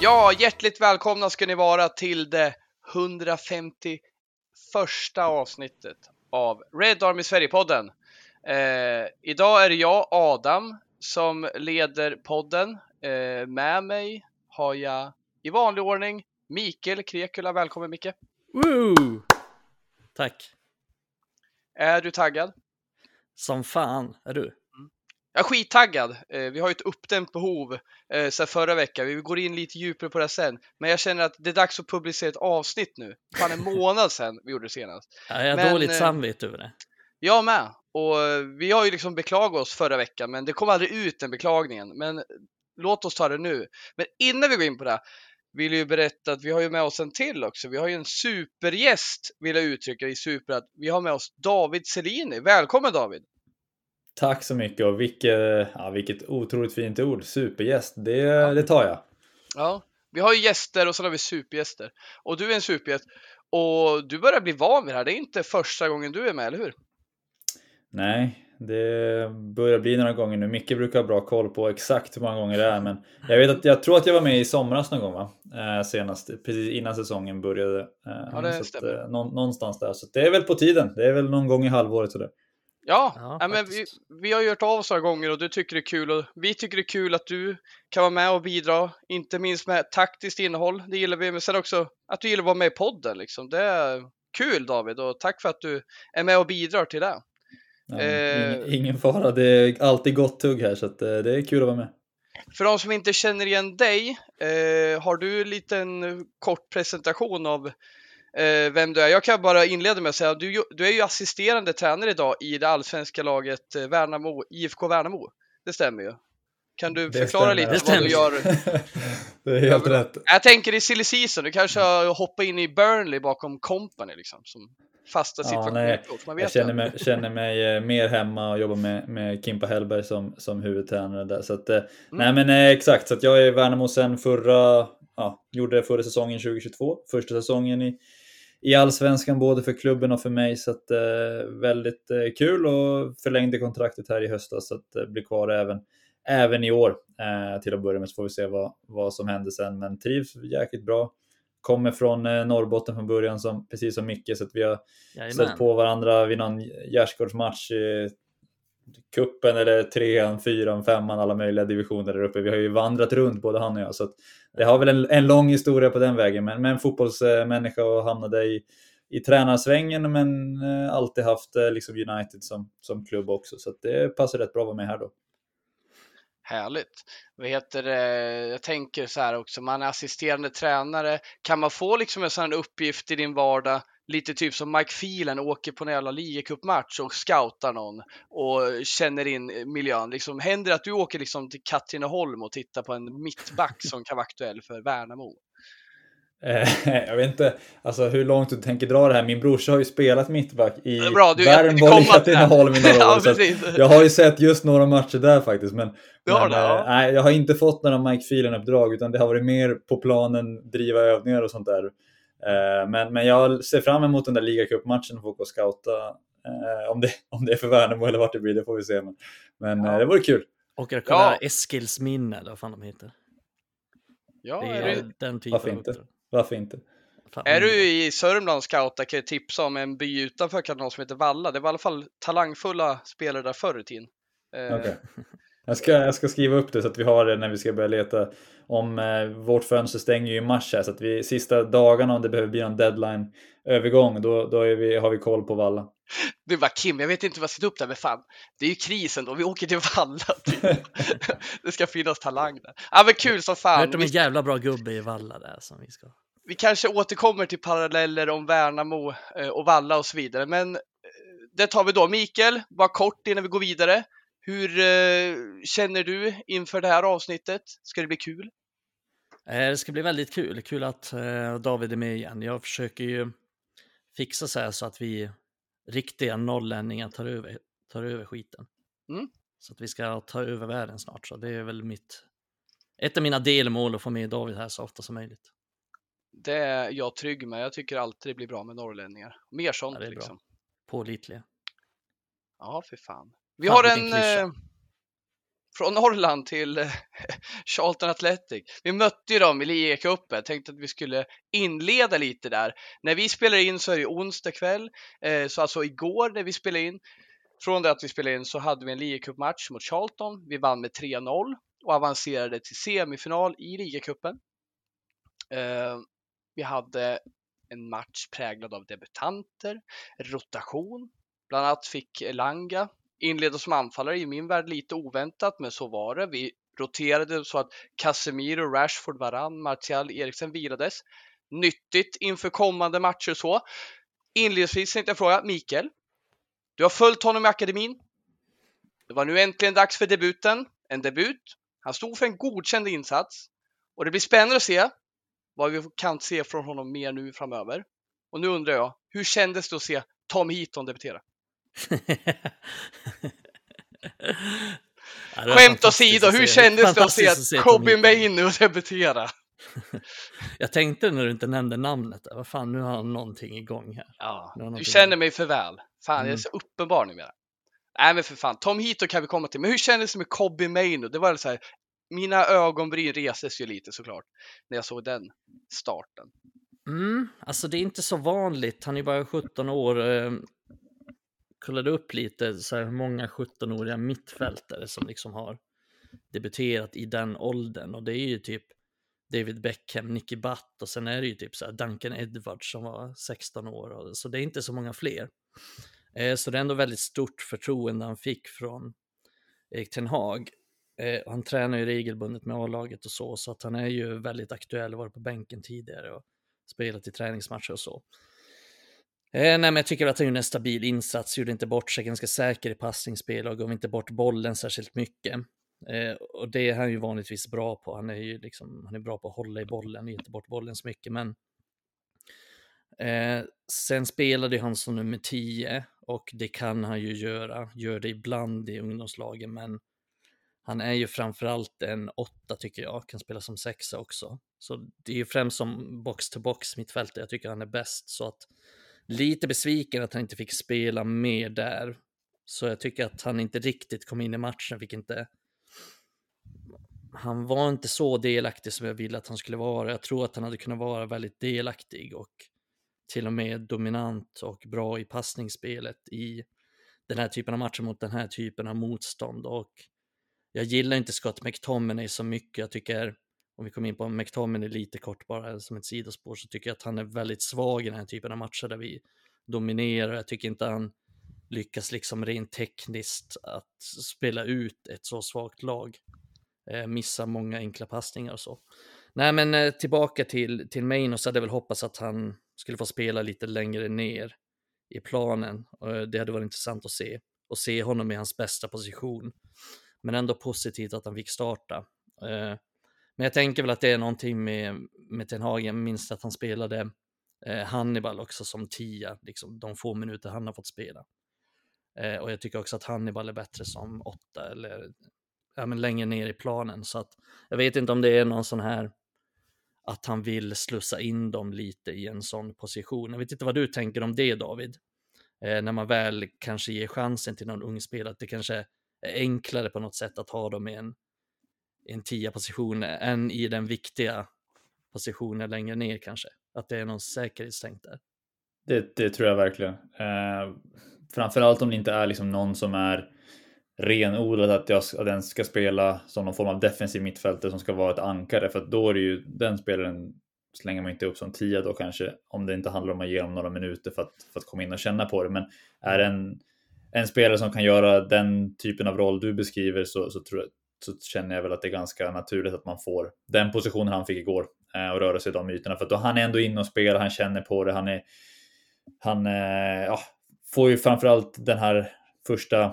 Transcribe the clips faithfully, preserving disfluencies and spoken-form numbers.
Ja, hjärtligt välkomna ska ni vara till det hundrafemtioförsta avsnittet av Red Army Sverige-podden. Eh, idag är det jag, Adam, som leder podden. Eh, med mig har jag i vanlig ordning Mikael Krekula. Välkommen, Micke. Woo! Tack. Är du taggad? Som fan, är du? Jag är skittaggad. Eh, vi har ju ett uppdämt behov eh, sedan förra veckan. Vi går in lite djupare på det sen. Men jag känner att det är dags att publicera ett avsnitt nu. Fan, en månad sedan vi gjorde det senast. Ja, jag har Men, dåligt eh, samvete över det. Jag med. Och eh, vi har ju liksom beklagat oss förra veckan. Men det kom aldrig ut den beklagningen. Men låt oss ta det nu. Men innan vi går in på det vill jag ju berätta att vi har ju med oss en till också. Vi har ju en supergäst, vill jag uttrycka i super. Att vi har med oss David Selini. Välkommen, David! Tack så mycket, och vilket, ja, vilket otroligt fint ord. Supergäst, det, ja. det tar jag. Ja, vi har ju gäster och så har vi supergäster. Och du är en supergäst. Och du börjar bli van vid det här. Det är inte första gången du är med, eller hur? Nej, det börjar bli några gånger nu. Micke brukar ha bra koll på exakt hur många gånger det är. Men jag vet att jag tror att jag var med i somras någon gång, va? Eh, senast, precis innan säsongen började. Eh, ja, det så stämmer. att, eh, nå- någonstans där. Så det är väl på tiden. Det är väl någon gång i halvåret sådär. Ja, Ja, ja men vi, vi har gjort av oss några gånger och du tycker det är kul. Och vi tycker det är kul att du kan vara med och bidra. Inte minst med taktiskt innehåll. Det gillar vi. Men sen också att du gillar att vara med i podden. Liksom. Det är kul, David. Och tack för att du är med och bidrar till det. Ja, Eh, ingen, ingen fara, det är alltid gott tugg här. Så att, eh, det är kul att vara med. För de som inte känner igen dig. Eh, har du en liten kort presentation av eh, vem du är? Jag kan bara inleda med att säga att du, du är ju assisterande tränare idag i det allsvenska laget eh, Värnamo, I F K Värnamo. Det stämmer ju. Kan du Det förklara stämmer. lite Det vad du gör? Det är helt rätt. Jag tänker i silly season, du kanske har hoppat in i Burnley bakom Company liksom, som fasta Ja, situation. nej, Man jag vet känner ju. mig, känner mig eh, mer hemma och jobbar med, med Kimpa Hellberg som, som huvudtränare där. Så att, eh, nej men eh, exakt, så att jag är i Värnamo sen förra, ja, gjorde förra säsongen tjugohundratjugotvå, första säsongen i, i Allsvenskan både för klubben och för mig. Så att, eh, väldigt eh, kul, och förlängde kontraktet här i höstas så att eh, bli kvar även, även i år eh, till att börja med, så får vi se vad, vad som händer sen. Men trivs jäkligt bra. Kommer från eh, Norrbotten från början, som, precis som Micke, så att vi har Jajamän. ställt på varandra vid någon gärdsgårdsmatch i kuppen eller trean, fyran, femman, alla möjliga divisioner där uppe. Vi har ju vandrat runt både han och jag, så att det har väl en, en lång historia på den vägen, men, men fotbollsmänniska och hamnade i, i tränarsvängen, men eh, alltid haft eh, liksom United som, som klubb också, så att det passar rätt bra att vara med här då. Härligt. Vad heter det? Jag tänker så här också, man är assisterande tränare. Kan man få liksom en sån uppgift i din vardag, lite typ som Mike Phelan åker på en jävla ligacupmatch och scoutar någon och känner in miljön. Liksom, händer det att du åker liksom till Katrineholm och tittar på en mittback som kan vara aktuell för Värnamo? Jag vet inte alltså hur långt du tänker dra det här. Min brorsa har ju spelat mittback i Värnboll i Katrineholm i några år. ja, så jag har ju sett just några matcher där faktiskt. Men, men det, ja. äh, nej, jag har inte fått några Mike Phelan-uppdrag, utan det har varit mer på planen, driva övningar och sånt där. Uh, men, men jag ser fram emot den där ligacupmatchen och få gå och scouta. Uh, om, det, om det är för Värnamo eller vart det blir, det får vi se. Men, men ja. uh, det vore kul. Och jag kollar ja. Eskilsminne, eller vad fan de heter. Ja, det är, är du... den typen Varför av inte? uppdrag. Varför inte? Fan, är du i Sörmland scouta kan jag tipsa om en by utanför kanalen som heter Valla. Det var i alla fall talangfulla spelare där förr i tiden. Okej. Okay. Jag ska, jag ska skriva upp det så att vi har det när vi ska börja leta. Om eh, vårt fönster stänger ju i mars här, så att vi sista dagarna, om det behöver bli någon deadline övergång, då, då är vi, har vi koll på Valla. Du bara, Kim, jag vet inte vad jag ska ta upp där, men fan, det är ju krisen då, vi åker till Valla typ. Det ska finnas talang där. Ja, men kul som fan. Jag vet om en jävla bra gubbe i Valla där som vi ska. Vi kanske återkommer till paralleller om Värnamo och Valla och så vidare, men det tar vi då. Mikael, bara kort innan vi går vidare. Hur eh, känner du inför det här avsnittet? Ska det bli kul? Det ska bli väldigt kul. Kul att eh, David är med igen. Jag försöker ju fixa så här så att vi riktiga nollänningar tar över, tar över skiten. Mm. Så att vi ska ta över världen snart. Så det är väl mitt, ett av mina delmål att få med David här så ofta som möjligt. Det är jag trygg med. Jag tycker alltid det blir bra med norrlänningar. Mer sånt ja, det är liksom. Bra. Pålitliga. Ja, för fan. Vi fan, har en... Eh... från Norrland till eh, Charlton Athletic. Vi mötte ju dem i ligacupen. Tänkte att vi skulle inleda lite där. När vi spelar in så är det onsdag kväll. Eh, så alltså igår när vi spelade in, från det att vi spelade in så hade vi en ligacupmatch mot Charlton. Vi vann med tre noll och avancerade till semifinal i ligacupen. Eh, vi hade en match präglad av debutanter, rotation. Bland annat fick Elanga inleda som anfallare, i min värld lite oväntat, men så var det. Vi roterade så att Casemiro, Rashford, Varane, Martial, Eriksen vilades. Nyttigt inför kommande matcher så. Inledningsvis tänkte jag fråga Mikael. Du har följt honom i akademin. Det var nu äntligen dags för debuten. En debut. Han stod för en godkänd insats. Och det blir spännande att se vad vi kan se från honom mer nu framöver. Och nu undrar jag, hur kändes det att se Tom Heaton debutera? Ja, skämt åsido, hur kändes det att se, att se Kobbie Mainoo debutera? Jag tänkte när du inte nämnde namnet, vad fan, nu har han någonting igång här. Ja, du känner mig för väl. Fan, mm. Jag är så uppenbar numera. Nej men för fan, Tom Heaton kan vi komma till. Men hur kändes det med Kobbie Mainoo? Det var så här, mina ögonbryn reses ju lite såklart när jag såg den starten. Mm, alltså det är inte så vanligt. Han är bara sjutton år. Eh, kollade upp lite så här, hur många sjutton-åriga mittfältare som liksom har debuterat i den åldern. Och det är ju typ David Beckham, Nicky Butt och sen är det ju typ så här Duncan Edwards som var sexton år. Och, så det är inte så många fler. Eh, så det är ändå väldigt stort förtroende han fick från Erik Ten Hag. Eh, han tränar ju regelbundet med A-laget och så, så att han är ju väldigt aktuell, var på bänken tidigare och spelat i träningsmatcher och så. Eh, nej, men jag tycker att han är en stabil insats, gjorde inte bort sig, ganska säker i passningsspel och gav inte bort bollen särskilt mycket. Eh, och det är han ju vanligtvis bra på. Han är ju liksom, han är bra på att hålla i bollen, inte bort bollen så mycket, men eh, sen spelade han som nummer tio och det kan han ju göra, gör det ibland i ungdomslagen, men han är ju framförallt en åtta tycker jag, kan spela som sexa också. Så det är ju främst som box-to-box mittfältare jag tycker han är bäst. Så att lite besviken att han inte fick spela mer där. Så jag tycker att han inte riktigt kom in i matchen, fick inte... Han var inte så delaktig som jag ville att han skulle vara. Jag tror att han hade kunnat vara väldigt delaktig och till och med dominant och bra i passningsspelet i den här typen av matcher mot den här typen av motstånd. Och jag gillar inte Scott McTominay så mycket. Jag tycker, om vi kommer in på McTominay lite kort bara som ett sidospår, så tycker jag att han är väldigt svag i den här typen av matcher där vi dominerar. Jag tycker inte han lyckas liksom rent tekniskt att spela ut ett så svagt lag. Eh, missar många enkla passningar och så. Nej men eh, tillbaka till, till Mainoo, så hade jag väl hoppats att han skulle få spela lite längre ner i planen. Eh, det hade varit intressant att se. Och se honom i hans bästa position. Men ändå positivt att han fick starta. Eh, men jag tänker väl att det är någonting med, med Ten Hag. Jag minns att han spelade eh, Hannibal också som tia. Liksom, de få minuter han har fått spela. Eh, och jag tycker också att Hannibal är bättre som åtta. Eller ja, men längre ner i planen. Så att jag vet inte om det är någon sån här att han vill slussa in dem lite i en sån position. Jag vet inte vad du tänker om det, David. Eh, när man väl kanske ger chansen till någon ung spelare, att det kanske är enklare på något sätt att ha dem i en, en tia position än i den viktiga positionen längre ner kanske. Att det är någon säkerhetstänk där. Det, det tror jag verkligen. Eh, framförallt om det inte är liksom någon som är renodlat att, jag, att den ska spela som någon form av defensiv mittfältare som ska vara ett ankare. För att då är det ju, den spelaren slänger man inte upp som tia då kanske, om det inte handlar om att ge dem några minuter för att, för att komma in och känna på det. Men är en, en spelare som kan göra den typen av roll du beskriver, så, så, tror jag, så känner jag väl att det är ganska naturligt att man får den positionen han fick igår eh, och röra sig i de ytorna. För att då han är ändå inne och spelar, han känner på det, han är han eh, ja, får ju framförallt den här första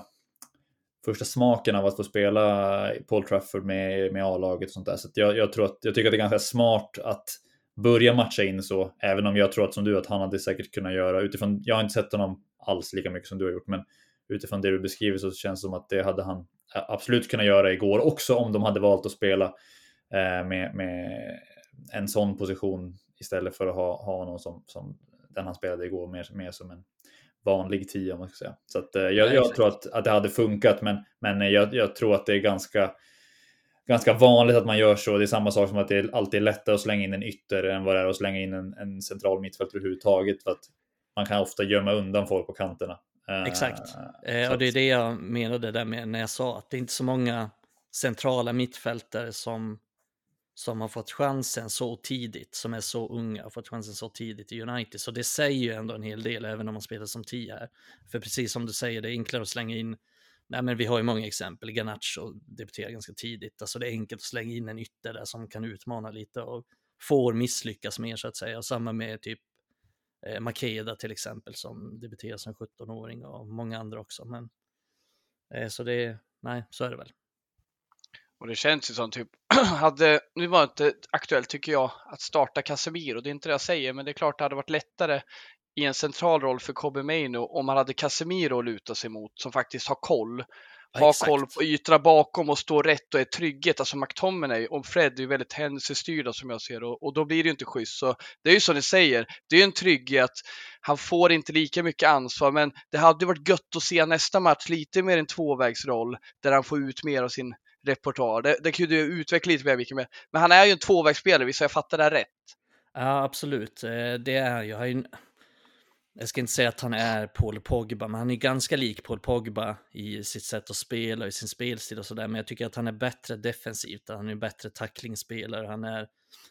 första smaken av att få spela Paul Trafford med, med A-laget och sånt där. Så att jag, jag tror att jag tycker att det är ganska smart att börja matcha in så, även om jag tror att som du att han hade säkert kunnat göra utifrån, jag har inte sett honom alls lika mycket som du har gjort, men utifrån det du beskriver så känns det som att det hade han absolut kunnat göra igår också, om de hade valt att spela eh, med, med en sån position istället för att ha, ha någon som, som den han spelade igår mer, mer som en vanlig tia om man ska säga. Så att, eh, jag, jag tror att, att det hade funkat, men, men jag, jag tror att det är ganska ganska vanligt att man gör så. Det är samma sak som att det är alltid är lättare att slänga in en ytter än vad det är att slänga in en, en central mittfält överhuvudtaget, för att man kan ofta gömma undan folk på kanterna. Exakt. Uh, eh, och det är det jag menade där med när jag sa att det är inte så många centrala mittfältare som som har fått chansen så tidigt, som är så unga, har fått chansen så tidigt i United. Så det säger ju ändå en hel del, även om man spelar som tia här. För precis som du säger, det är enklare att slänga in, nej men vi har ju många exempel, Garnacho debuterar ganska tidigt, alltså det är enkelt att slänga in en ytter där som kan utmana lite och får misslyckas mer så att säga. Och samma med typ eh, Makeda till exempel, som debuterar som sjuttonåring, och många andra också. Men eh, så det, nej, så är det väl. Och det känns ju som typ, hade, nu var det inte aktuellt tycker jag att starta Casemiro, det är inte det jag säger, men det är klart det hade varit lättare i en central roll för Kobbie Mainoo om man hade Casemiro att luta sig mot, som faktiskt har koll. Ha Exakt. koll på ytorna bakom och stå rätt och är trygghet. Alltså McTominay och Fred är ju väldigt händelsestyrda som jag ser, och, och då blir det ju inte schysst. Så det är ju som ni säger, det är ju en trygghet. Han får inte lika mycket ansvar, men det hade varit gött att se nästa match lite mer en tvåvägsroll där han får ut mer av sin repertoar. Det, det kan ju utveckla lite mer, mycket mer. Men han är ju en tvåvägsspelare, så jag fattar det rätt. Ja, absolut. Det är ju, har ju jag ska inte säga att han är Paul Pogba, men han är ganska lik Paul Pogba i sitt sätt att spela och i sin spelstil och sådär. Men jag tycker att han är bättre defensivt. Han är en bättre tacklingsspelare. Han är,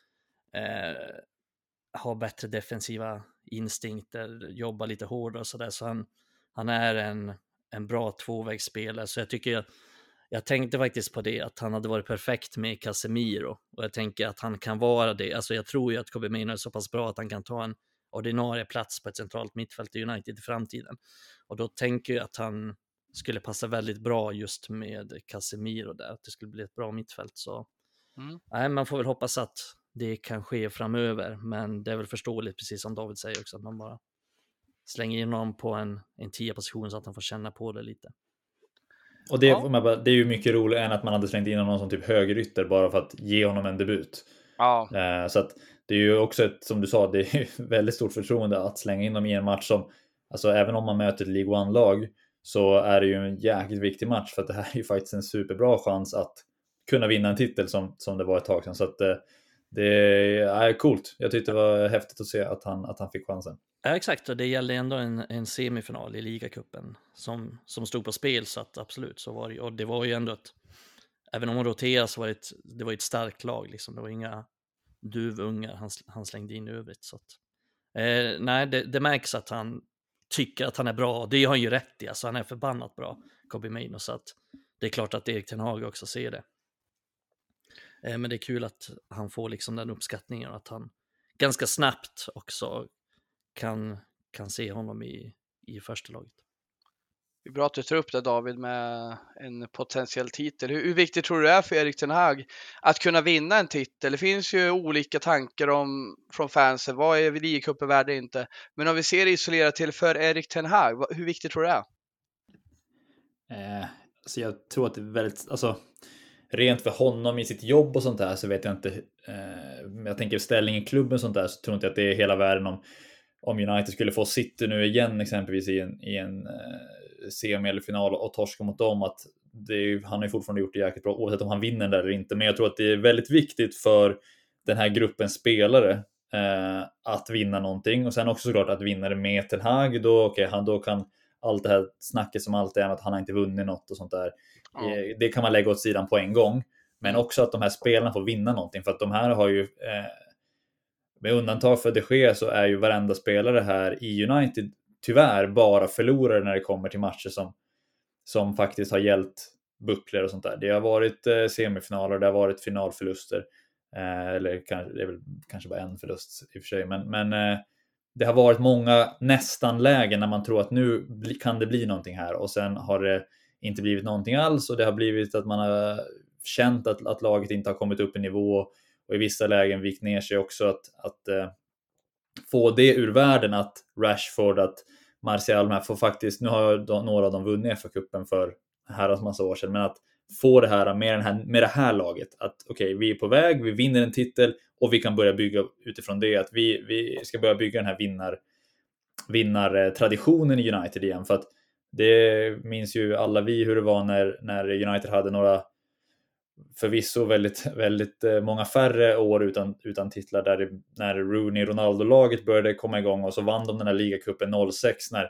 eh, har bättre defensiva instinkter, jobbar lite hårdare och sådär. Så han, han är en, en bra tvåvägsspelare. Så jag tycker jag, jag tänkte faktiskt på det, att han hade varit perfekt med Casemiro. Och jag tänker att han kan vara det. Alltså jag tror ju att Kobbie Mainoo är så pass bra att han kan ta en ordinarie plats på ett centralt mittfält i United i framtiden. Och då tänker jag att han skulle passa väldigt bra just med Casemiro där, att det skulle bli ett bra mittfält. Så mm. nej, man får väl hoppas att det kan ske framöver, men det är väl förståeligt, precis som David säger också, att man bara slänger in honom på en, en tia position så att han får känna på det lite. Och det, ja. det är ju mycket roligare än att man hade slängt in honom som typ högerytter bara för att ge honom en debut. Ja. Eh, så att det är ju också ett, som du sa, det är ju väldigt stort förtroende att slänga in dem i en match som, alltså även om man möter ett League One-lag, så är det ju en jäkligt viktig match, för att det här är ju faktiskt en superbra chans att kunna vinna en titel som, som det var ett tag sedan. Så att eh, det är coolt. Jag tyckte det var häftigt att se att han, att han fick chansen. Ja, exakt, och det gällde ändå en, en semifinal i ligacupen som, som stod på spel, så att absolut så var det. Och det var ju ändå ett, även om man roterar så var det ett, det var ett starkt lag liksom. Det var inga duvungar han, han slängde in i övrigt. Så att, eh, nej, det, det märks att han tycker att han är bra. Det har han ju rätt i, alltså han är förbannat bra, Kobbie Mainoo, så att det är klart att Erik ten Hag också ser det. Eh, men det är kul att han får liksom den uppskattningen, att han ganska snabbt också kan, kan se honom i, i första laget. Det är bra att du tar upp det, David, med en potentiell titel. Hur, hur viktigt tror du det är för Erik ten Hag att kunna vinna en titel? Det finns ju olika tankar om från fansen. Vad är ligacupen värd och inte? Men om vi ser det isolerat till för Erik ten Hag, hur viktigt tror du det är? Eh, så jag tror att det är väldigt, alltså rent för honom i sitt jobb och sånt där, så vet jag inte. Eh, jag tänker ställning i klubben och sånt där, så tror jag inte att det är hela världen om, om United skulle få City nu igen exempelvis i en, i en eh, semi eller final och torska mot dem, att det är, han har ju fortfarande gjort det jäkligt bra oavsett om han vinner där eller inte. Men jag tror att det är väldigt viktigt för den här gruppen spelare eh, att vinna någonting, och sen också såklart att vinna det med ten Hag. Då, okay, han, då kan allt det här snacket som alltid är att han har inte vunnit något och sånt där, mm. det kan man lägga åt sidan på en gång. Men också att de här spelarna får vinna någonting, för att de här har ju eh, med undantag för De Gea så är ju varenda spelare här i United tyvärr bara förlorare när det kommer till matcher som, som faktiskt har gällt bucklor och sånt där. Det har varit eh, semifinaler, det har varit finalförluster. Eh, eller kanske, det är väl kanske bara en förlust i och för sig. Men, men eh, det har varit många nästan lägen när man tror att nu bli, kan det bli någonting här. Och sen har det inte blivit någonting alls. Och det har blivit att man har känt att, att laget inte har kommit upp i nivå. Och i vissa lägen vikt ner sig också, att, att eh, få det ur världen, att Rashford, att Martial här får faktiskt, nu har de, några av dem vunnit F A-cupen för herrans massa år sedan, men att få det här med, den här, med det här laget, att okej, okay, vi är på väg, vi vinner en titel och vi kan börja bygga utifrån det, att vi, vi ska börja bygga den här vinnar vinnartraditionen i United igen. För att det minns ju alla vi hur det var när, när United hade några förvisso väldigt, väldigt många färre år utan, utan titlar där det, när Rooney-Ronaldo-laget började komma igång och så vann de den här ligacupen noll sex när,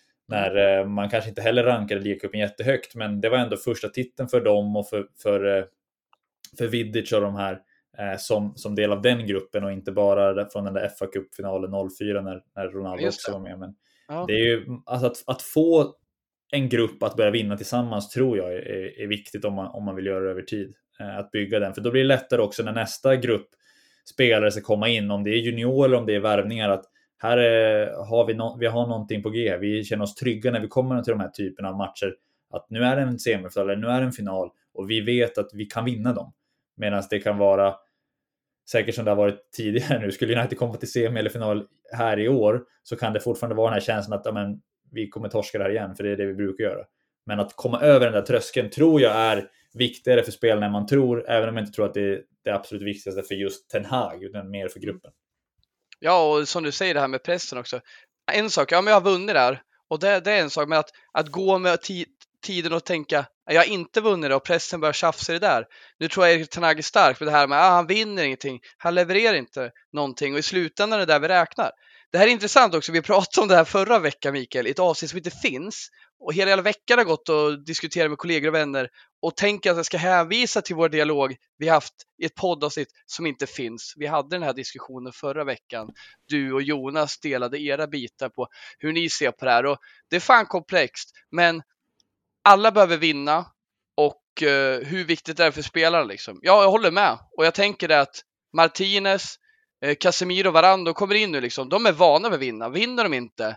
när man kanske inte heller rankade ligacupen jättehögt, men det var ändå första titeln för dem och för, för, för Vidic och de här eh, som, som del av den gruppen och inte bara från den där F A Cup-finalen noll fyra när, när Ronaldo också var med. Men ja. Det är ju alltså att, att få en grupp att börja vinna tillsammans tror jag är, är viktigt om man, om man vill göra det över tid. Eh, att bygga den, för då blir det lättare också när nästa grupp spelare ska komma in, om det är junior eller om det är värvningar, att här är, har vi, no, vi har någonting på G. Vi känner oss trygga när vi kommer till de här typerna av matcher. Att nu är det en semifinal eller nu är det en final och vi vet att vi kan vinna dem. Medan det kan vara, säkert som det har varit tidigare nu, skulle United komma till semi eller final här i år så kan det fortfarande vara den här känslan att amen, vi kommer torska det här igen, för det är det vi brukar göra. Men att komma över den där tröskeln tror jag är viktigare för spelarna än man tror, även om jag inte tror att det är det absolut viktigaste för just Ten Hag, utan mer för gruppen. Ja, och som du säger det här med pressen också. En sak, ja men jag har vunnit där. Och det, det är en sak, men att, att gå med ti- tiden och tänka jag har inte vunnit det och pressen börjar tjafsa det där. Nu tror jag Erik Ten Hag är stark för det här med att ah, han vinner ingenting. Han levererar inte någonting och i slutändan är det där vi räknar. Det här är intressant också. Vi pratade om det här förra veckan, Mikael, i ett avsnitt som inte finns. Och hela, hela veckan har gått och diskuterat med kollegor och vänner och tänker att jag ska hänvisa till vår dialog vi haft i ett poddavsnitt som inte finns. Vi hade den här diskussionen förra veckan. Du och Jonas delade era bitar på hur ni ser på det här. Och det är fan komplext, men alla behöver vinna och uh, hur viktigt det är för spelarna liksom. Ja, jag håller med. Och jag tänker att Martinez, eh, Casemiro och Varane kommer in nu liksom. De är vana vid att vinna. Vinner de inte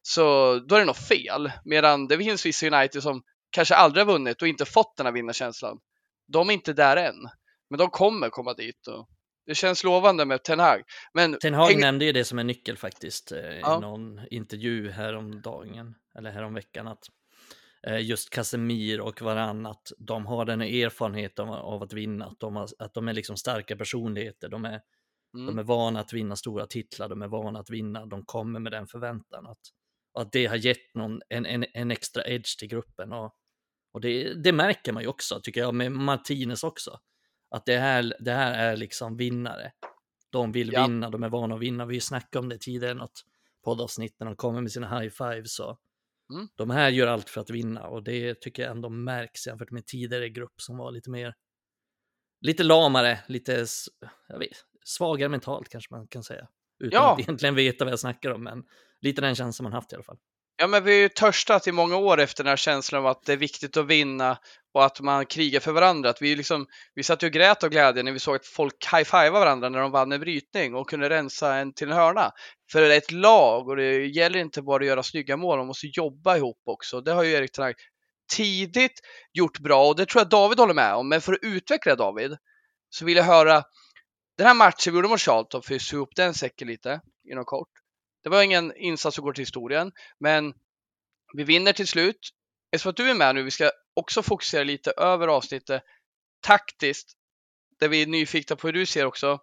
så då är det något fel. Medan det finns vissa United som kanske aldrig har vunnit och inte fått den här vinnarkänslan. De är inte där än. Men de kommer komma dit. Och det känns lovande med Ten Hag. Men Ten Hag häng... nämnde ju det som en nyckel faktiskt eh, ja. i någon intervju häromdagen eller häromveckan, att eh, just Casemiro och Varane, att de har den erfarenheten av, av att vinna. Att de, har, att de är liksom starka personligheter. De är, mm. de är vana att vinna stora titlar. De är vana att vinna. De kommer med den förväntan att Och att det har gett någon, en, en, en extra edge till gruppen. Och, och det, det märker man ju också, tycker jag, med Martinez också. Att det här, det här är liksom vinnare. De vill ja. vinna, de är vana att vinna. Vi snackade om det tidigare, något poddavsnitt när de kommer med sina high fives. Så. Mm. De här gör allt för att vinna. Och det tycker jag ändå märks jämfört med tidigare grupp som var lite mer, lite lamare, lite jag vet, svagare mentalt kanske man kan säga. Utan ja. att egentligen veta vad jag snackar om, men lite den känslan man haft i alla fall. Ja, men vi har ju törstat i många år efter den här känslan av att det är viktigt att vinna och att man krigar för varandra. Att vi, liksom, vi satt ju och grät av glädje när vi såg att folk high-fivar varandra när de vann en brytning och kunde rensa en till en hörna. För det är ett lag och det gäller inte bara att göra snygga mål, man måste jobba ihop också. Det har ju Erik Ten Hag tidigt gjort bra och det tror jag David håller med om. Men för att utveckla David så vill jag höra den här matchen vi gjorde mot Charlton, för att sy upp den säcken lite inom kort. Det var ingen insats som går till historien, men vi vinner till slut. Eftersom att du är med nu, vi ska också fokusera lite över avsnittet taktiskt, där vi är nyfikna på hur du ser också.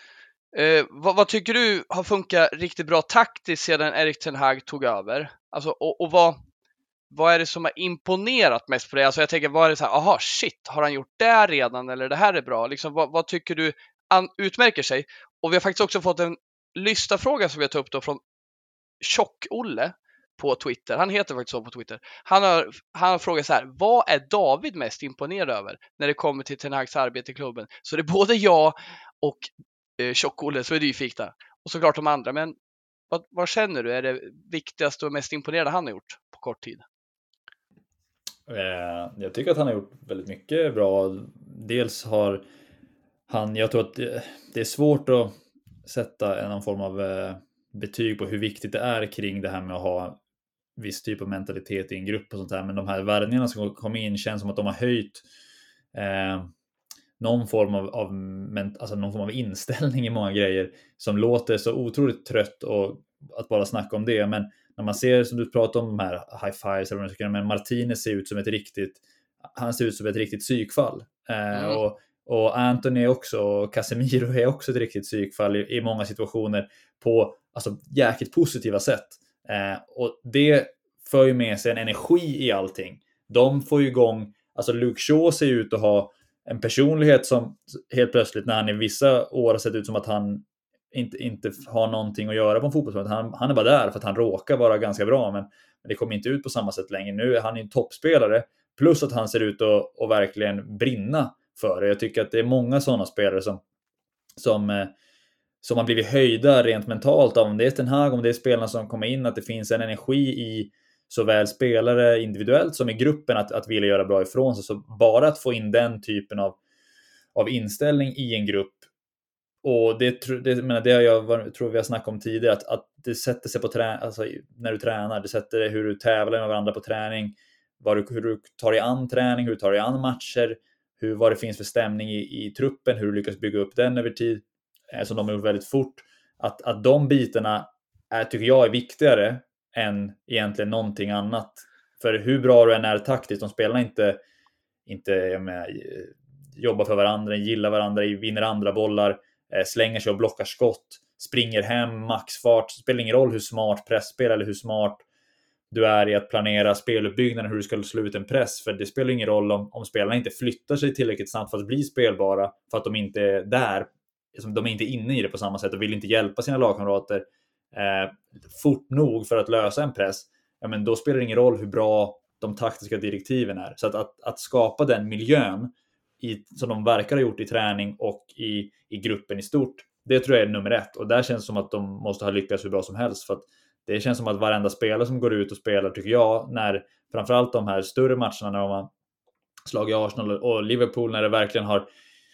Eh, vad, vad tycker du har funkat riktigt bra taktiskt sedan Erik Ten Hag tog över? Alltså, och, och vad, vad är det som har imponerat mest på det? Alltså jag tänker, vad är det så här, aha, shit, har han gjort det redan? Eller det här är bra? Liksom, vad, vad tycker du an- utmärker sig? Och vi har faktiskt också fått en lyssnarfråga som vi har tagit upp då från Tjock-Olle på Twitter. Han heter faktiskt så på Twitter. Han har, han har frågat så här: vad är David mest imponerad över när det kommer till Ten Hags arbete i klubben? Så det är både jag och eh, Tjock-Olle som är nyfikna. Och såklart de andra. Men vad, vad känner du är det viktigaste och mest imponerande han har gjort på kort tid? Eh, jag tycker att han har gjort väldigt mycket bra. Dels har han, jag tror att det, det är svårt att sätta någon form av eh, betyg på hur viktigt det är kring det här med att ha viss typ av mentalitet i en grupp och sånt här. Men de här värvningarna som kom in känns som att de har höjt eh, någon form av, av, alltså någon form av inställning i många grejer som låter så otroligt trött och att bara snacka om det. Men när man ser, som du pratar om, de här high fives eller vad man ska, men Martinez ser ut som ett riktigt, han ser ut som ett riktigt psykfall. Eh, mm. och Och Anthony också, och Casemiro är också ett riktigt psykfall i, i många situationer på alltså jäkligt positiva sätt. Eh, och det för ju med sig en energi i allting. De får ju igång, alltså Luke Shaw ser ut att ha en personlighet som helt plötsligt när han i vissa år har sett ut som att han inte, inte har någonting att göra på en fotbollsplan. Han, han är bara där för att han råkar vara ganska bra, men, men det kommer inte ut på samma sätt längre. Nu är han en toppspelare, plus att han ser ut att, att verkligen brinna för det. Jag tycker att det är många sådana spelare som, som, som har blivit höjda rent mentalt av, om det är Ten Hag, om det är spelarna som kommer in, att det finns en energi i såväl spelare individuellt som i gruppen att, att vilja göra bra ifrån sig. Så bara att få in den typen av, av inställning i en grupp, och det, det, menar, det har jag tror vi har snackat om tidigare, att, att det sätter sig på trä, alltså när du tränar, det sätter dig hur du tävlar med varandra på träning, vad du, hur du tar dig an träning, hur du tar dig an matcher, hur, vad det finns för stämning i, i truppen, hur du lyckas bygga upp den över tid, eh, som de har gjort väldigt fort. Att, att de bitarna är, tycker jag är viktigare än egentligen någonting annat. För hur bra du än är taktiskt, de spelarna inte, inte med, jobbar för varandra, gillar varandra, vinner andra bollar, slänger sig och blockar skott, springer hem, maxfart. Spelar ingen roll hur smart pressspel eller hur smart du är i att planera speluppbyggnaden, hur du ska slå ut en press. För det spelar ingen roll om, om spelarna inte flyttar sig tillräckligt snabbt för att bli spelbara, för att de inte är där, de är inte inne i det på samma sätt och vill inte hjälpa sina lagkamrater eh, fort nog för att lösa en press. Ja, men då spelar det ingen roll hur bra de taktiska direktiven är. Så att, att, att skapa den miljön i, som de verkar ha gjort i träning och i, i gruppen i stort, det tror jag är nummer ett. Och där känns det som att de måste ha lyckats hur bra som helst, för att det känns som att varenda spelare som går ut och spelar, tycker jag, när framförallt de här större matcherna, när de har slagit Arsenal och Liverpool, när det verkligen har,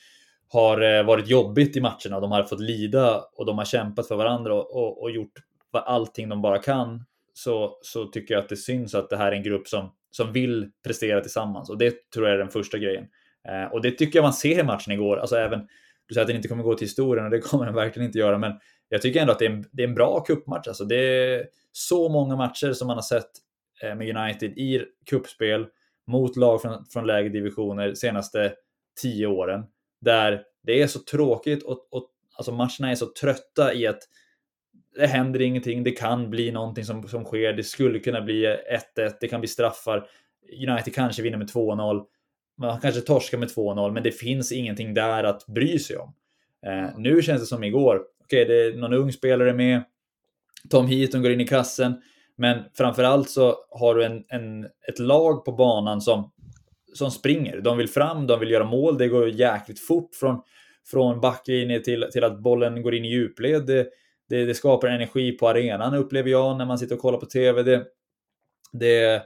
har varit jobbigt i matcherna och de har fått lida och de har kämpat för varandra och, och, och gjort allting de bara kan, så, så tycker jag att det syns att det här är en grupp som, som vill prestera tillsammans. Och det tror jag är den första grejen. Eh, och det tycker jag man ser i matchen igår. Alltså även, du säger att den inte kommer gå till historien, och det kommer den verkligen inte göra, men jag tycker ändå att det är en, det är en bra cupmatch. Alltså det är så många matcher som man har sett eh, med United i cupspel mot lag från, från lägre divisioner senaste tio åren, där det är så tråkigt och, och alltså matcherna är så trötta i att det händer ingenting, det kan bli någonting som, som sker, det skulle kunna bli ett ett, det kan bli straffar, United kanske vinner med två noll, man kanske torskar med två noll, men det finns ingenting där att bry sig om. Eh, nu känns det som igår, okej, okay, det är någon ung spelare med, Tom Heaton går in i kassen, men framförallt så har du en, en, ett lag på banan som, som springer, de vill fram, de vill göra mål, det går jäkligt fort från, från backlinje till, till att bollen går in i djupled. Det, det, det skapar energi på arenan, upplever jag när man sitter och kollar på tv. Det, det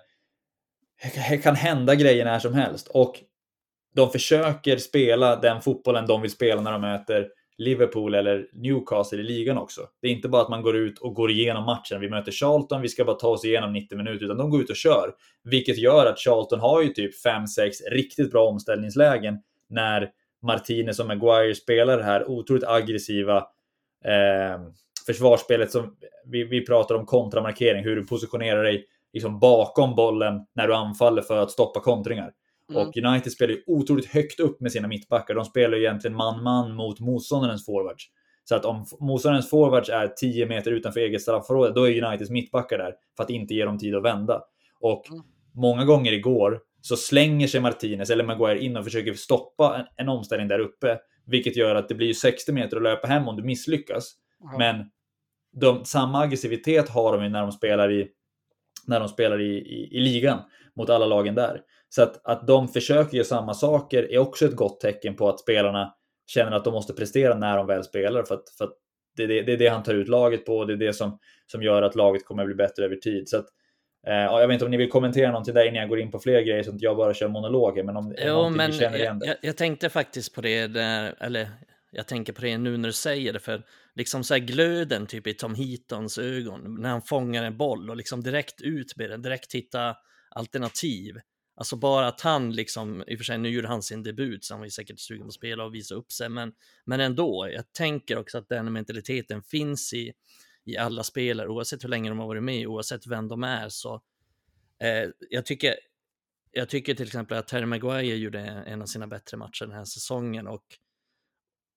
kan hända grejer när som helst, och de försöker spela den fotbollen de vill spela när de möter Liverpool eller Newcastle i ligan också. Det är inte bara att man går ut och går igenom matchen. Vi möter Charlton, vi ska bara ta oss igenom nittio minuter, utan de går ut och kör. Vilket gör att Charlton har ju typ fem sex riktigt bra omställningslägen när Martinez och Maguire spelar det här otroligt aggressiva eh, försvarsspelet som vi, vi pratar om, kontramarkering, hur du positionerar dig liksom bakom bollen när du anfaller för att stoppa kontringar. Mm. Och United spelar ju otroligt högt upp med sina mittbackar. De spelar ju egentligen man-man mot motståndarens forwards. Så att om motståndarens forwards är tio meter utanför eget straffområde, då är Uniteds mittbackar där för att inte ge dem tid att vända. Och mm. många gånger igår så slänger sig Martinez eller Maguire in och försöker stoppa en, en omställning där uppe. Vilket gör att det blir sextio meter att löpa hem om du misslyckas. Mm. Men de, samma aggressivitet har de när de spelar i när de spelar i, i, i ligan mot alla lagen där. Så att, att de försöker göra samma saker är också ett gott tecken på att spelarna känner att de måste prestera när de väl spelar. För att, för att det, det, det är det han tar ut laget på, och det är det som, som gör att laget kommer att bli bättre över tid. Så att, eh, jag vet inte om ni vill kommentera någonting där innan jag går in på fler grejer, så att jag bara kör monologer. Men om, jo, om men ni känner igen jag, det. jag, jag tänkte faktiskt på det där, eller jag tänker på det nu när du säger det, för liksom så här glöden typ i Tom Heatons ögon när han fångar en boll och liksom direkt ut med den, direkt hitta alternativ. Alltså bara att han liksom, i och för sig nu gjorde han sin debut så han var ju säkert sugen på att spela och visa upp sig, men, men ändå, jag tänker också att den mentaliteten finns i, i alla spelare, oavsett hur länge de har varit med, oavsett vem de är. Så eh, jag tycker jag tycker till exempel att Harry Maguire gjorde en av sina bättre matcher den här säsongen, och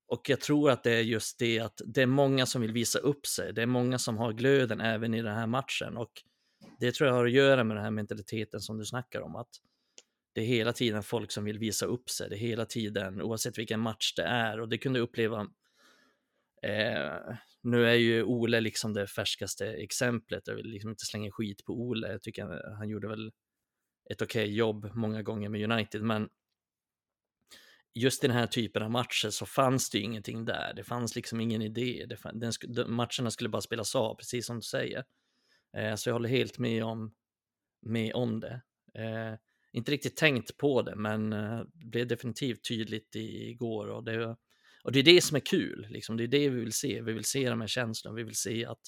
och jag tror att det är just det att det är många som vill visa upp sig. Det är många som har glöden även i den här matchen. Och det tror jag har att göra med den här mentaliteten som du snackar om. Att det är hela tiden folk som vill visa upp sig. Det är hela tiden, oavsett vilken match det är. Och det kunde jag uppleva. Eh, nu är ju Ole liksom det färskaste exemplet. Jag vill liksom inte slänga skit på Ole. Jag tycker han, han gjorde väl ett okej jobb många gånger med United. Men just i den här typen av matcher så fanns det ju ingenting där. Det fanns liksom ingen idé. Det fann, den, de, matcherna skulle bara spelas av, precis som du säger. Eh, så jag håller helt med om, med om det. Eh, inte riktigt tänkt på det, men eh, det blev definitivt tydligt i, igår. Och det, och det är det som är kul. Liksom. Det är det vi vill se. Vi vill se de här känslorna. Vi vill se att,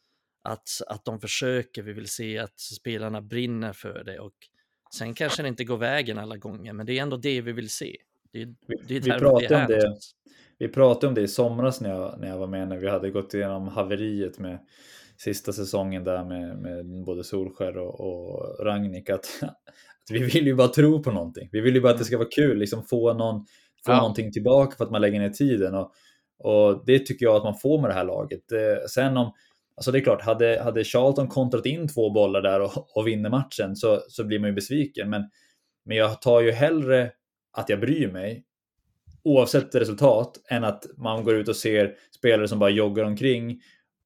att, att de försöker. Vi vill se att spelarna brinner för det. Och sen kanske det inte går vägen alla gånger, men det är ändå det vi vill se. Det, det vi, vi, pratade om det, vi pratade om det i somras när jag, när jag var med, när vi hade gått igenom haveriet med sista säsongen där med, med både Solskär och, och Rangnick, att, att vi vill ju bara tro på någonting. Vi vill ju bara att det ska vara kul, liksom få, någon, få ja. någonting tillbaka för att man lägger ner tiden. Och, och det tycker jag att man får med det här laget. Eh, sen om, alltså det är klart, hade, hade Charlton kontrat in två bollar där och, och vinner matchen så, så blir man ju besviken. Men, men jag tar ju hellre att jag bryr mig oavsett resultat än att man går ut och ser spelare som bara joggar omkring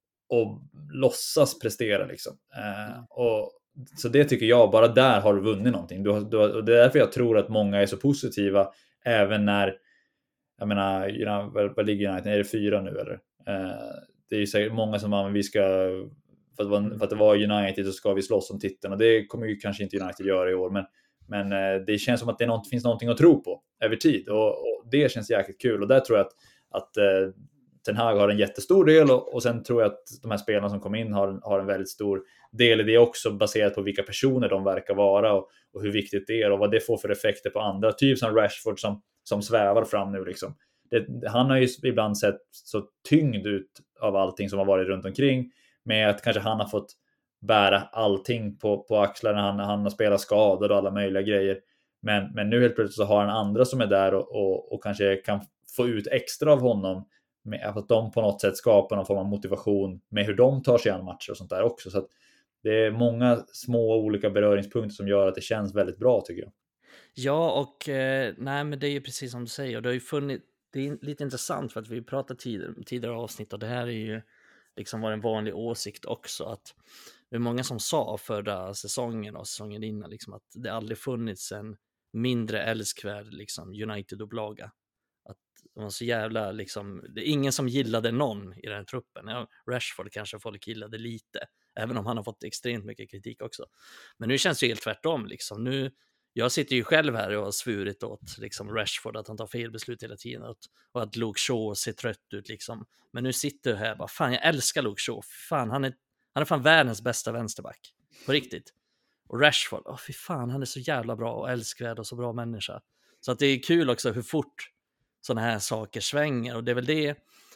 och låtsas prestera liksom. Eh, och, så det tycker jag, bara där har du vunnit någonting. Du, du, och det är därför jag tror att många är så positiva även när, jag menar, you know, vad, vad ligger United? Är det fyra nu eller? Eh, det är ju säkert många som man, vi ska, för att, vara, för att det var United så ska vi slåss om titeln, och det kommer ju kanske inte United göra i år, men Men eh, det känns som att det något, finns någonting att tro på över tid. Och, och det känns jäkligt kul. Och där tror jag att, att eh, Ten Hag har en jättestor del. Och, och sen tror jag att de här spelarna som kom in har, har en väldigt stor del i det också, baserat på vilka personer de verkar vara. Och, och hur viktigt det är och vad det får för effekter på andra. Typ som Rashford som, som svävar fram nu. Liksom. Det, han har ju ibland sett så tyngd ut av allting som har varit runt omkring. Med att kanske han har fått bära allting på, på axlarna. Han, han har spelat skador och alla möjliga grejer. Men, men nu helt plötsligt så har han andra som är där och, och, och kanske kan få ut extra av honom. Med att de på något sätt skapar någon form av motivation med hur de tar sig an matcher och sånt där också. Så att det är många små olika beröringspunkter som gör att det känns väldigt bra, tycker jag. Ja, och eh, nej, men det är ju precis som du säger. Det har ju funnit, det är lite intressant för att vi pratat tidigare, tidigare avsnitt, och det här är ju liksom var en vanlig åsikt också, att det är många som sa förra säsongen och säsongen innan liksom, att det aldrig funnits en mindre älskvärd liksom, United-upplaga. Att det var så jävla liksom, det är ingen som gillade någon i den här truppen. Ja, Rashford kanske folk gillade lite, även om han har fått extremt mycket kritik också. Men nu känns det helt tvärtom liksom. Nu, jag sitter ju själv här och har svurit åt liksom Rashford, att han tar fel beslut hela tiden, och, och att Luke Shaw ser trött ut liksom. Men nu sitter jag här bara, fan jag älskar Luke Shaw, fan han är Han är fan världens bästa vänsterback. På riktigt. Och Rashford, åh fy fan, han är så jävla bra och älskvärd och så bra människa. Så att det är kul också hur fort sådana här saker svänger. Och det är väl det,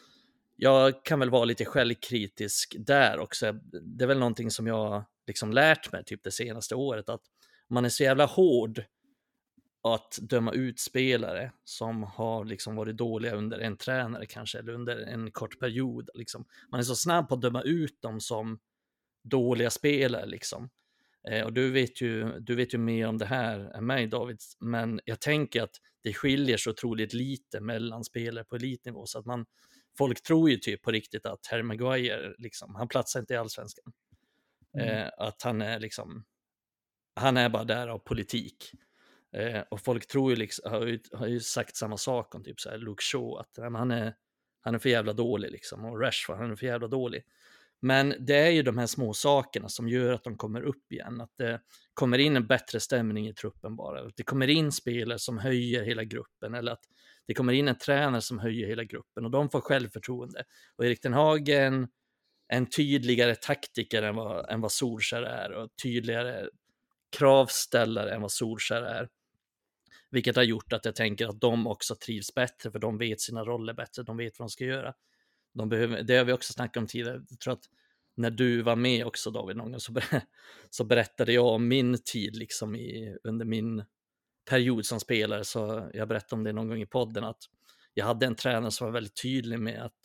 jag kan väl vara lite självkritisk där också. Det är väl någonting som jag liksom lärt mig typ det senaste året. Att man är så jävla hård att döma ut spelare som har liksom varit dåliga under en tränare kanske, eller under en kort period. Liksom. Man är så snabb på att döma ut dem som dåliga spelare. Liksom. Eh, och du vet, ju, du vet ju mer om det här än mig, David, men jag tänker att det skiljer så otroligt lite mellan spelare på elitnivå, så att man, folk tror ju typ på riktigt att Harry Maguire, liksom, han platsar inte i allsvenskan. Mm. Eh, att han är liksom, han är bara där av politik. Eh, och folk tror ju liksom, har, ju, har ju sagt samma sak om typ så här Luke Shaw, att ja, han, är, han är för jävla dålig liksom, och Rashford, han är för jävla dålig. Men det är ju de här små sakerna som gör att de kommer upp igen, att det kommer in en bättre stämning i truppen bara, att det kommer in spelare som höjer hela gruppen, eller att det kommer in en tränare som höjer hela gruppen, och de får självförtroende. Och Erik ten Hag är en, en tydligare taktiker än vad, än vad Solskär är, och tydligare kravställare än vad Solskär är. Vilket har gjort att jag tänker att de också trivs bättre, för de vet sina roller bättre, de vet vad de ska göra. De behöver, det har vi också snackat om tidigare. Jag tror att när du var med också, David, någon gång, så, ber, så berättade jag om min tid liksom i, under min period som spelare. Så jag berättade om det någon gång i podden, att jag hade en tränare som var väldigt tydlig med att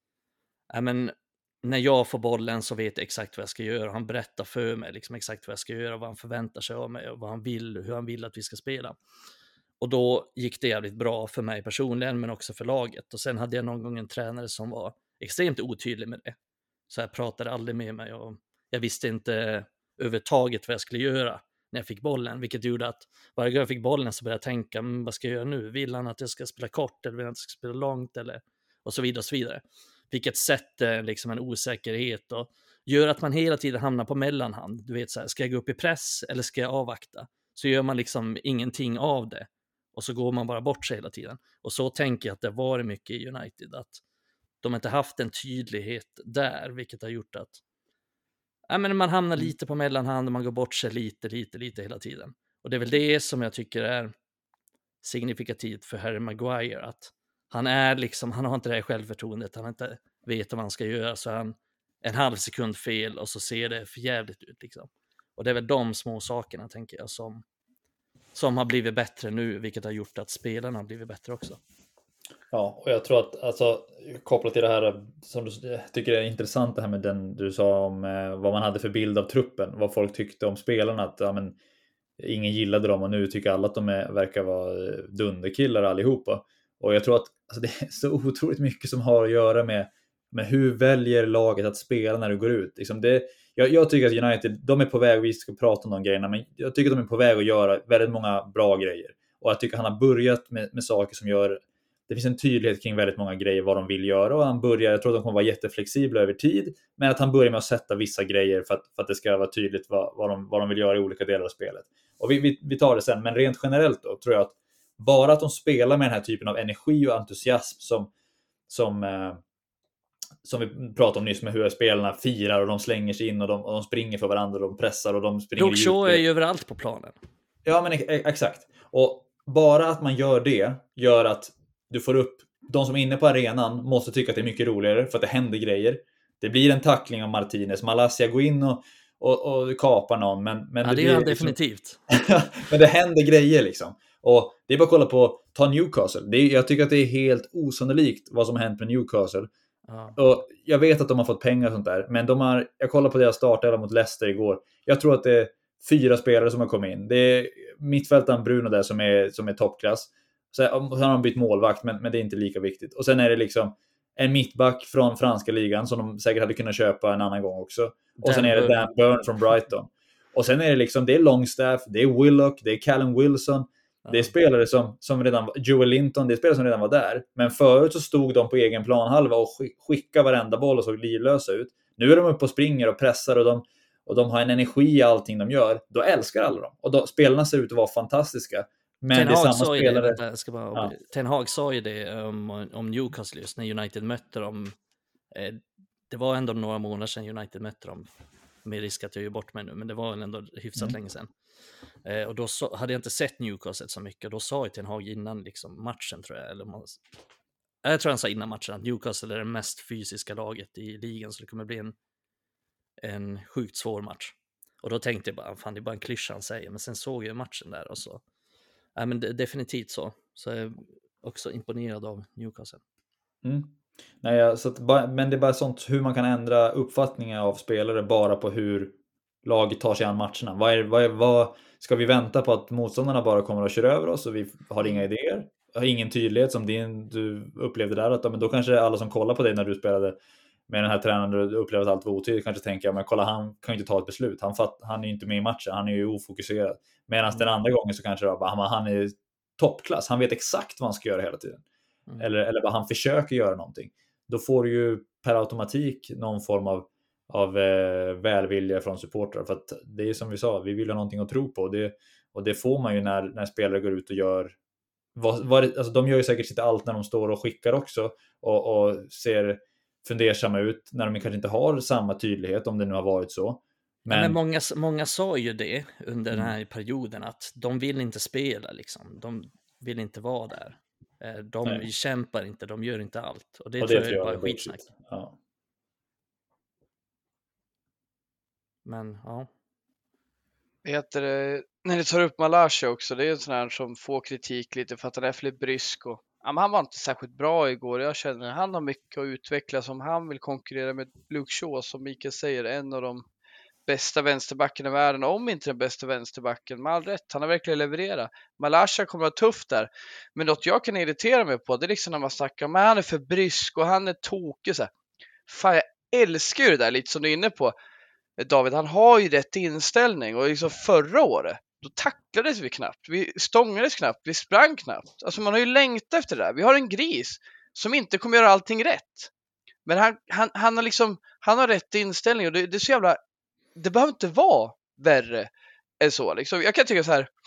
ja, men, när jag får bollen så vet jag exakt vad jag ska göra. Han berättar för mig liksom exakt vad jag ska göra, vad han förväntar sig av mig och vad han vill, hur han vill att vi ska spela. Och då gick det jävligt bra för mig personligen, men också för laget. Och sen hade jag någon gång en tränare som var extremt otydlig med det. Så jag pratade aldrig med mig och jag visste inte överhuvudtaget vad jag skulle göra när jag fick bollen. Vilket gjorde att varje gång jag fick bollen så började jag tänka, men vad ska jag göra nu? Vill han att jag ska spela kort eller vill han att jag ska spela långt? Eller, och så vidare och så vidare. Vilket sätter liksom en osäkerhet och gör att man hela tiden hamnar på mellanhand. Du vet så här, ska jag gå upp i press eller ska jag avvakta? Så gör man liksom ingenting av det. Och så går man bara bort sig hela tiden. Och så tänker jag att det var mycket i United. Att de inte haft en tydlighet där. Vilket har gjort att ja, men man hamnar lite på mellanhand och man går bort sig lite, lite, lite hela tiden. Och det är väl det som jag tycker är signifikativt för Harry Maguire. Att han är liksom, han har inte det här självförtroendet. Han inte vet vad han ska göra. Så han en halv sekund fel och så ser det för jävligt ut liksom. Och det är väl de små sakerna tänker jag som som har blivit bättre nu, vilket har gjort att spelarna har blivit bättre också. Ja, och jag tror att alltså, kopplat till det här som du tycker är intressant, det här med den du sa om eh, vad man hade för bild av truppen, vad folk tyckte om spelarna, att ja, men, ingen gillade dem och nu tycker alla att de är, verkar vara dunderkillar allihopa. Och jag tror att alltså, det är så otroligt mycket som har att göra med, med hur väljer laget att spela när du går ut. Liksom det, jag, jag tycker att United, de är på väg, vi ska prata om de grejerna, men jag tycker att de är på väg att göra väldigt många bra grejer. Och jag tycker att han har börjat med, med saker som gör, det finns en tydlighet kring väldigt många grejer vad de vill göra. Och han börjar, jag tror att de kommer vara jätteflexibla över tid, men att han börjar med att sätta vissa grejer för att, för att det ska vara tydligt vad, vad, de, vad de vill göra i olika delar av spelet. Och vi, vi, vi tar det sen, men rent generellt då tror jag att bara att de spelar med den här typen av energi och entusiasm som, som, eh, som vi pratade om nyss, med hur spelarna firar och de slänger sig in och de, och de springer för varandra och de pressar och de springer. Luke Shaw är ju överallt på planen. Ja, men exakt. Och bara att man gör det gör att du får upp, de som är inne på arenan måste tycka att det är mycket roligare för att det händer grejer. Det blir en tackling av Martinez, Malaysia går in och, och, och kapar någon. Men, men ja, det, det blir är liksom, definitivt. men det händer grejer liksom. Och det är bara att kolla på, ta Newcastle. Det är, jag tycker att det är helt osannolikt vad som har hänt med Newcastle. Ja. Och jag vet att de har fått pengar och sånt där, men de har, jag kollade på deras startelva mot Leicester igår. Jag tror att det är fyra spelare som har kommit in. Det är mittfältaren Bruno där som är, som är toppklass. Sen har de bytt målvakt, men, men det är inte lika viktigt. Och sen är det liksom en mittback från franska ligan som de säkert hade kunnat köpa en annan gång också. Och Dan sen är det Dan Burn från Brighton. Och sen är det liksom, det är Longstaff, det är Willock, det är Callum Wilson. Ja. Det är spelare som, som redan, Joel Linton, det är spelare som redan var där. Men förut så stod de på egen planhalva och skickade varenda boll och såg livlösa ut. Nu är de uppe och springer och pressar och de, och de har en energi i allting de gör. Då älskar alla dem. Och då, spelarna ser ut att vara fantastiska. Men Ten det är Hag samma spelare. Det, vänta, ska bara, ja. Ten Hag sa ju det om, om Newcastle just när United mötte dem. Eh, det var ändå några månader sedan United mötte dem. Med risk att jag gör bort mig nu, men det var ändå hyfsat mm. länge sedan. Eh, och då så, hade jag inte sett Newcastle så mycket. Då sa ju Ten Hag innan liksom, matchen tror jag. Eller man, jag tror han sa innan matchen att Newcastle är det mest fysiska laget i ligan. Så det kommer bli en, en sjukt svår match. Och då tänkte jag bara, fan det är bara en klyscha han säger. Men sen såg jag matchen där och så. Ja, men det, definitivt så. Så jag är också imponerad av Newcastle. Mm. Nej, så att, men det är bara sånt hur man kan ändra uppfattningar av spelare bara på hur laget tar sig an matcherna. Vad, är, vad, är, vad ska vi vänta på att motståndarna bara kommer att köra över oss och vi har inga idéer? Har ingen tydlighet som din, du upplevde där. Att, men då kanske alla som kollar på dig när du spelade med den här tränaren och upplevde att allt var otydligt kanske tänker, men kolla han kan ju inte ta ett beslut. Han, fatt, han är ju inte med i matchen, han är ju ofokuserad. Medan mm. den andra gången så kanske det bara, han är toppklass. Han vet exakt vad han ska göra hela tiden. Mm. Eller, eller bara han försöker göra någonting. Då får du ju per automatik någon form av, av eh, välvilja från supportrar. För att det är som vi sa, vi vill ha någonting att tro på. Och det, och det får man ju när, när spelare går ut och gör... Vad, vad, alltså de gör ju säkert inte allt när de står och skickar också. Och, och ser fundersamma ut när de kanske inte har samma tydlighet, om det nu har varit så. Men, ja, men många, många sa ju det under mm. den här perioden att de vill inte spela liksom. De vill inte vara där. De Nej. kämpar inte, de gör inte allt. Och det, och det tror jag är bara skitsnack. Ja. Men ja. Heter det, när ni tar upp Malaysia också, det är en sån här som får kritik lite för att han är för brysk och ja, men han var inte särskilt bra igår. Jag känner att han har mycket att utveckla som han vill konkurrera med Luke Shaw, som Mikael säger, en av de bästa vänsterbacken i världen, om inte den bästa vänsterbacken. Med all rätt, han har verkligen levererat. Malasha kommer att vara tuff där. Men något jag kan irritera mig på, det är liksom när man snackar om att han är för brysk och han är tokig. Så här. Fan, jag älskar ju det där lite som du är inne på. David, han har ju rätt inställning, och liksom förra året då tacklades vi knappt, vi stångades knappt, vi sprang knappt. Alltså man har ju längtat efter det där. Vi har en gris som inte kommer göra allting rätt. Men han, han, han har liksom, han har rätt inställning, och det, det är så jävla, det behöver inte vara värre än så liksom. Jag kan tycka så här,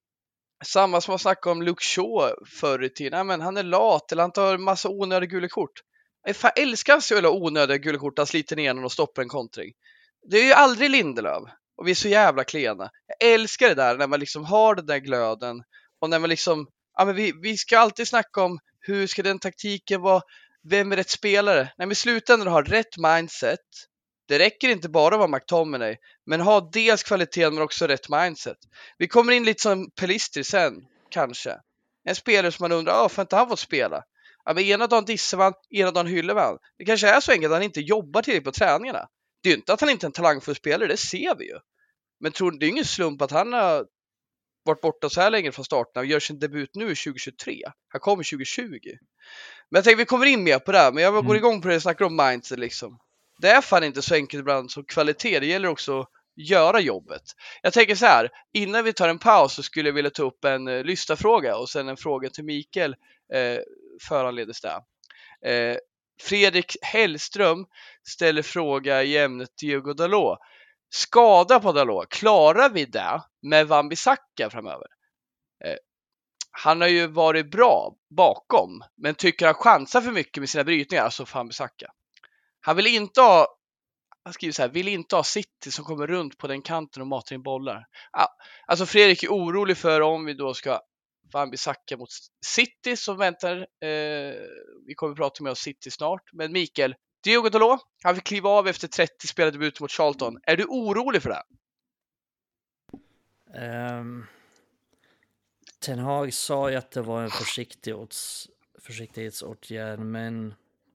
samma som att snacka om Luke Shaw förr i tiden. Ja, men han är lat, eller han tar en massa onödiga gula kort. Jag fan älskar så jävla onödiga gula kort, han sliter ner den och stoppar en kontring. Det är ju aldrig Lindelöf. Och vi är så jävla klena. Jag älskar det där när man liksom har den där glöden. Och när man liksom, ja men vi, vi ska alltid snacka om hur ska den taktiken vara, vem är rätt spelare. När vi i slutändan har rätt mindset. Det räcker inte bara att vara McTominay, men ha dels kvaliteten men också rätt mindset. Vi kommer in lite som Pelistri sen, kanske. En spelare som man undrar, ja, får inte han fått spela? Ja, men ena dagen dissar man, ena dagen hyllar man. Det kanske är så enkelt att han inte jobbar tillräckligt på träningarna. Det är ju inte att han inte är en talangfull spelare, det ser vi ju. Men tror, det är ingen slump att han har varit borta så här länge från starten och gör sin debut nu tjugohundratjugotre. Han kommer tjugohundratjugo. Men jag tänker vi kommer in mer på det här, men jag går Mm. igång på det och snackar om mindset liksom. Det är fan inte så enkelt ibland som kvalitet, det gäller också att göra jobbet. Jag tänker så här, innan vi tar en paus så skulle jag vilja ta upp en uh, lyssnarfråga och sen en fråga till Mikael eh, föranledes där. Eh, Fredrik Hellström ställer fråga i ämnet Diogo Dalot. Skada på Dalot, klarar vi det med Wan-Bissaka framöver? Eh, han har ju varit bra bakom, men tycker han chansar för mycket med sina brytningar, alltså Wan-Bissaka. Han vill inte ha, han skriver så här, vill inte ha City som kommer runt på den kanten och matar in bollar. Ja, alltså Fredrik är orolig för om vi då ska Wan-Bissaka mot City som väntar. Eh, vi kommer att prata med oss City snart. Men Mikael, Diogo Dalot, han fick kliva av efter trettio spelade debut mot Charlton. Är du orolig för det? Um, Ten Hag sa ju att det var en försiktighets, försiktighetsåtgärd, men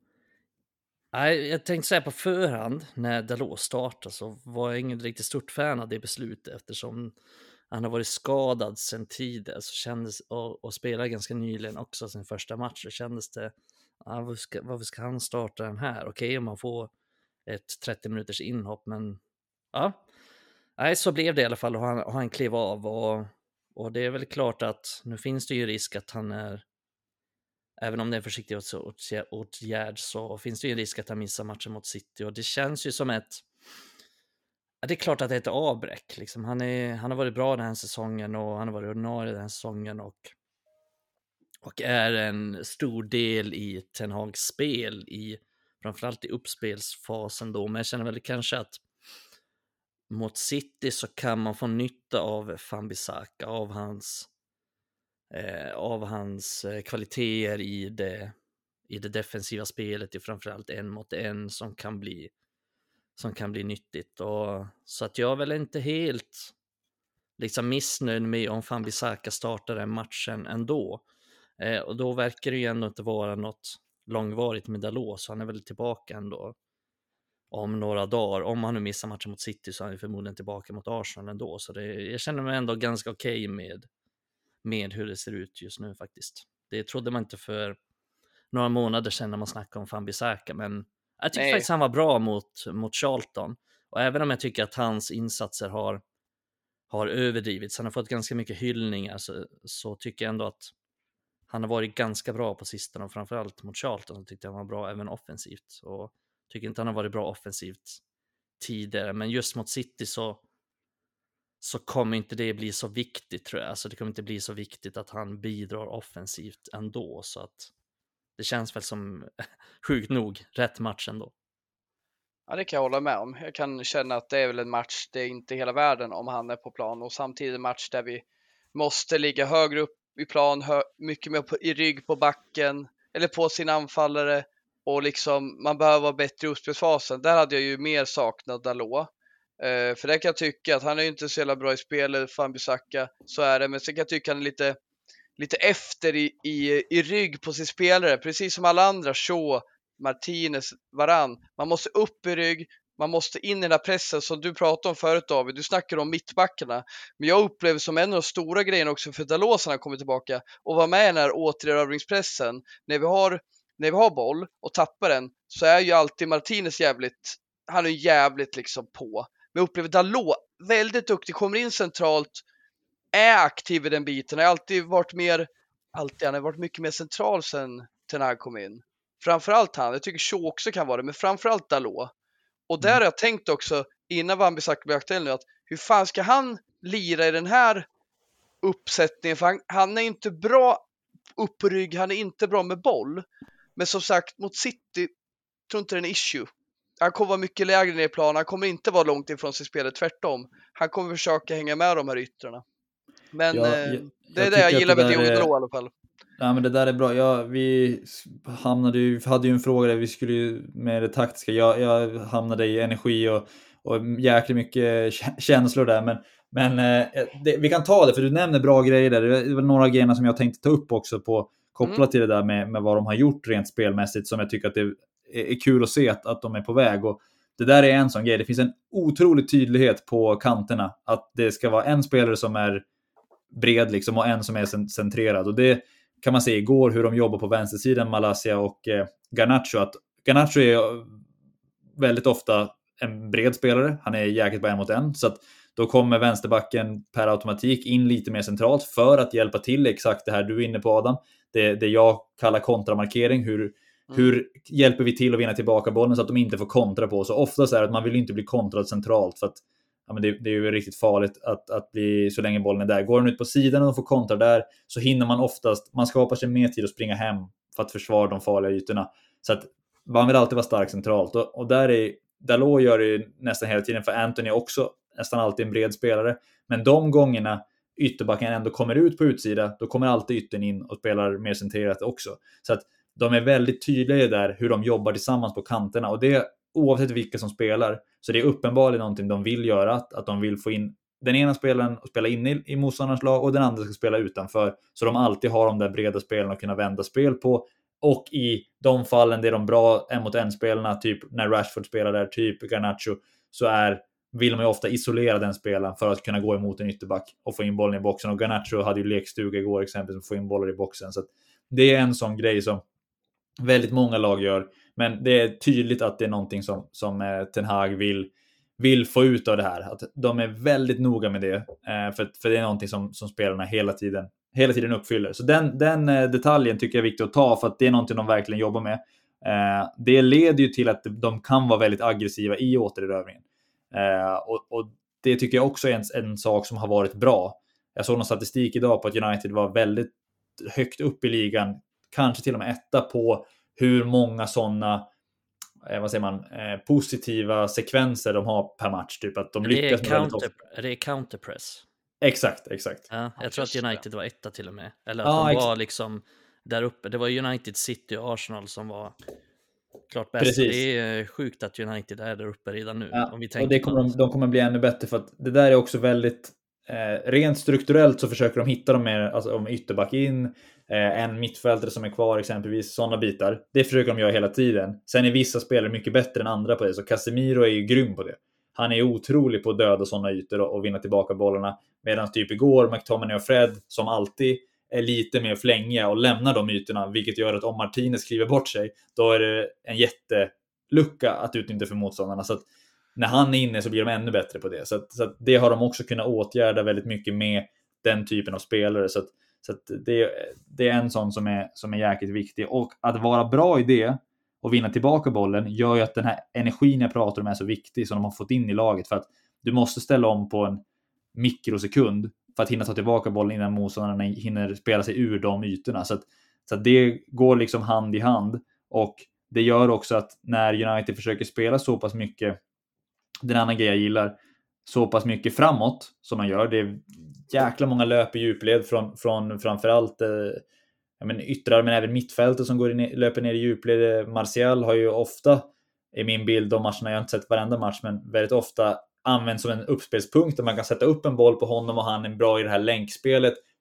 nej, jag tänkte säga på förhand när Dalot startade så var jag ingen riktigt stort fan av det beslutet, eftersom han har varit skadad sedan tidigare så kändes, och, och spelar ganska nyligen också sin första match, så kändes det, ja, varför, ska, varför ska han starta den här? Okej, okay, om man får ett trettio minuters inhopp, men ja, nej, så blev det i alla fall, och han, och han klev av, och, och det är väl klart att nu finns det ju risk att han är, även om det är en försiktighetsåtgärd så finns det ju en risk att han missar matchen mot City, och det känns ju som ett, det är klart att det är ett avbräck. Liksom. Han, är, han har varit bra den här säsongen och han har varit ordinarie den här säsongen och, och är en stor del i Ten Hags spel, i, framförallt i uppspelsfasen då. Men jag känner väl kanske att mot City så kan man få nytta av Wan-Bissaka, av hans, eh, av hans eh, kvaliteter i det, i det defensiva spelet, i framförallt en mot en som kan bli som kan bli nyttigt, och så att jag är väl inte helt liksom missnöjd med om Wan-Bissaka startar den matchen ändå, eh, och då verkar det ju ändå inte vara något långvarigt med Dalot, så han är väl tillbaka ändå om några dagar. Om han nu missar matchen mot City så är han förmodligen tillbaka mot Arsenal ändå, så det, jag känner mig ändå ganska okej okay med, med hur det ser ut just nu faktiskt. Det trodde man inte för några månader sedan när man snackade om Wan-Bissaka, men jag tycker Nej. faktiskt han var bra mot, mot Charlton. Och även om jag tycker att hans insatser har, har överdrivits, han har fått ganska mycket hyllningar, så, så tycker jag ändå att han har varit ganska bra på sistone, och framförallt mot Charlton så tyckte jag han var bra även offensivt. Och tycker inte han har varit bra offensivt tidigare, men just mot City så, så kommer inte det bli så viktigt, tror jag. Alltså det kommer inte bli så viktigt att han bidrar offensivt ändå, så att det känns väl som sjukt nog rätt match ändå. Ja, det kan jag hålla med om. Jag kan känna att det är väl en match, det är inte hela världen om han är på plan, och samtidigt en match där vi måste ligga högre upp i plan, hö- mycket mer på, i rygg på backen eller på sin anfallare, och liksom man behöver vara bättre i uppspelsfasen. Där hade jag ju mer saknat Dalot. Uh, för det kan jag tycka att han är ju inte så jävla bra i spelet, Wan-Bissaka, så är det, men så kan jag tycka han är lite lite efter i, i, i rygg på sin spelare, precis som alla andra, Shaw, Martinez, Varann. Man måste upp i rygg, man måste in i den här pressen som du pratade om förut, David. Du snackar om mittbackarna, men jag upplever som en av de stora grejerna också för Dalot när han kommer tillbaka och vara med i den här återerövringspressen. När vi har när vi har boll och tappar den så är ju alltid Martinez jävligt, han är jävligt liksom på. Men jag upplever Dalot väldigt duktig, kommer in centralt, är aktiv i den biten. Han har alltid varit mer, alltid, han har varit mycket mer central sen Ten Hag kom in. Framförallt han, jag tycker Shaw också kan vara det, men framförallt Dalot. Och där har jag tänkt också, innan Wan-Bissaka blir aktuell nu, att hur fan ska han lira i den här uppsättningen? För han, han är inte bra upp på rygg, han är inte bra med boll. Men som sagt, mot City tror inte det är en issue. Han kommer vara mycket lägre ner i planen, han kommer inte vara långt ifrån sitt spel, tvärtom. Han kommer försöka hänga med de här yttrarna. Men Ja, eh, jag, det är jag det jag gillar med det Diogo är... Dalot i alla fall. Ja, men det där är bra. Ja, vi hamnade ju, hade ju en fråga där vi skulle ju med det taktiska. Jag, jag hamnade i energi och, och jäkligt mycket känslor där. Men, men det, vi kan ta det, för du nämner bra grejer där. Det var några grejer som jag tänkte ta upp också på, kopplat mm. till det där med, med vad de har gjort rent spelmässigt, som jag tycker att det är, är kul att se att, att de är på väg. Och det där är en sån grej. Det finns en otrolig tydlighet på kanterna. Att det ska vara en spelare som är bred liksom, och en som är centrerad. Och det kan man se igår hur de jobbar på vänstersidan, Malaysia och eh, Garnacho. Att Garnacho är väldigt ofta en bred spelare. Han är jäkligt bara en mot en. Så att då kommer vänsterbacken per automatik in lite mer centralt för att hjälpa till exakt det här du är inne på, Adam. Det, det jag kallar kontramarkering. Hur, mm. hur hjälper vi till att vinna tillbaka bollen så att de inte får kontra på oss? Och oftast är det att man vill inte bli kontrad centralt, för att ja, men det, det är ju riktigt farligt att, att bli så länge bollen är där. Går den ut på sidan och får kontra där, så hinner man oftast, man skapar sig mer tid att springa hem för att försvara de farliga ytorna. Så att man vill alltid vara stark centralt. Och, och där är Dalot gör det ju nästan hela tiden, för Anthony också nästan alltid en bred spelare. Men de gångerna ytterbacken ändå kommer ut på utsida, då kommer alltid yttern in och spelar mer centrerat också. Så att de är väldigt tydliga där hur de jobbar tillsammans på kanterna, och det oavsett vilka som spelar. Så det är uppenbarligen någonting de vill göra, att, att de vill få in den ena spelaren och spela in i, i motståndarnas lag, och den andra ska spela utanför. Så de alltid har de där breda spelarna att kunna vända spel på. Och i de fallen där de bra en mot en spelarna, typ när Rashford spelar där, typ Garnacho, så är, vill man ju ofta isolera den spelaren för att kunna gå emot en ytterback och få in bollen i boxen. Och Garnacho hade ju lekstuga igår exempelvis, att få in bollar i boxen. Så att det är en sån grej som väldigt många lag gör. Men det är tydligt att det är någonting som, som Ten Hag vill, vill få ut av det här. Att de är väldigt noga med det. För, för det är någonting som, som spelarna hela tiden, hela tiden uppfyller. Så den, den detaljen tycker jag är viktig att ta, för att det är någonting de verkligen jobbar med. Det leder ju till att de kan vara väldigt aggressiva i återerövringen. Och, och det tycker jag också är en, en sak som har varit bra. Jag såg någon statistik idag på att United var väldigt högt upp i ligan. Kanske till och med etta på hur många sådana eh, vad säger man, eh, positiva sekvenser de har per match. Typ att de det lyckas är med counter, det är counterpress. Exakt, exakt. Ja, jag tror att United var etta till och med. Eller att ja, de ex- var liksom där uppe. Det var United, City och Arsenal som var klart bäst. Precis. Det är sjukt att United är där uppe redan nu. Ja, om vi och det kommer de, de kommer bli ännu bättre, för att det där är också väldigt eh, rent strukturellt, så försöker de hitta dem mer, alltså om ytterback in, eh, en mittfältare som är kvar exempelvis, sådana bitar. Det försöker de göra hela tiden. Sen är vissa spelare mycket bättre än andra på det, så Casemiro är ju grym på det. Han är otrolig på att döda sådana ytor och, och vinna tillbaka bollarna. Medan typ igår, McTominay och Fred, som alltid är lite mer flängiga och lämnar de ytorna, vilket gör att om Martinez skriver bort sig, då är det en jättelucka att utnyttja för motståndarna. Så att när han är inne så blir de ännu bättre på det. Så, att, så att det har de också kunnat åtgärda väldigt mycket med den typen av spelare. Så, att, så att det, det är en sån som är, som är jäkligt viktig. Och att vara bra i det och vinna tillbaka bollen gör ju att den här energin jag pratar om är så viktig, som de har fått in i laget. För att du måste ställa om på en mikrosekund för att hinna ta tillbaka bollen innan motståndarna hinner spela sig ur de ytorna. Så, att, så att det går liksom hand i hand. Och det gör också att när United försöker spela så pass mycket, den andra grejen jag gillar, så pass mycket framåt som man gör, det är jäkla många löp i djupled från, från framförallt eh, jag men, yttrar, men även mittfältet som går in, löper ner i djupled. Martial har ju ofta, i min bild de matcherna, jag har inte sett varenda match, men väldigt ofta används som en uppspelspunkt där man kan sätta upp en boll på honom och han är bra i det här länkspelet,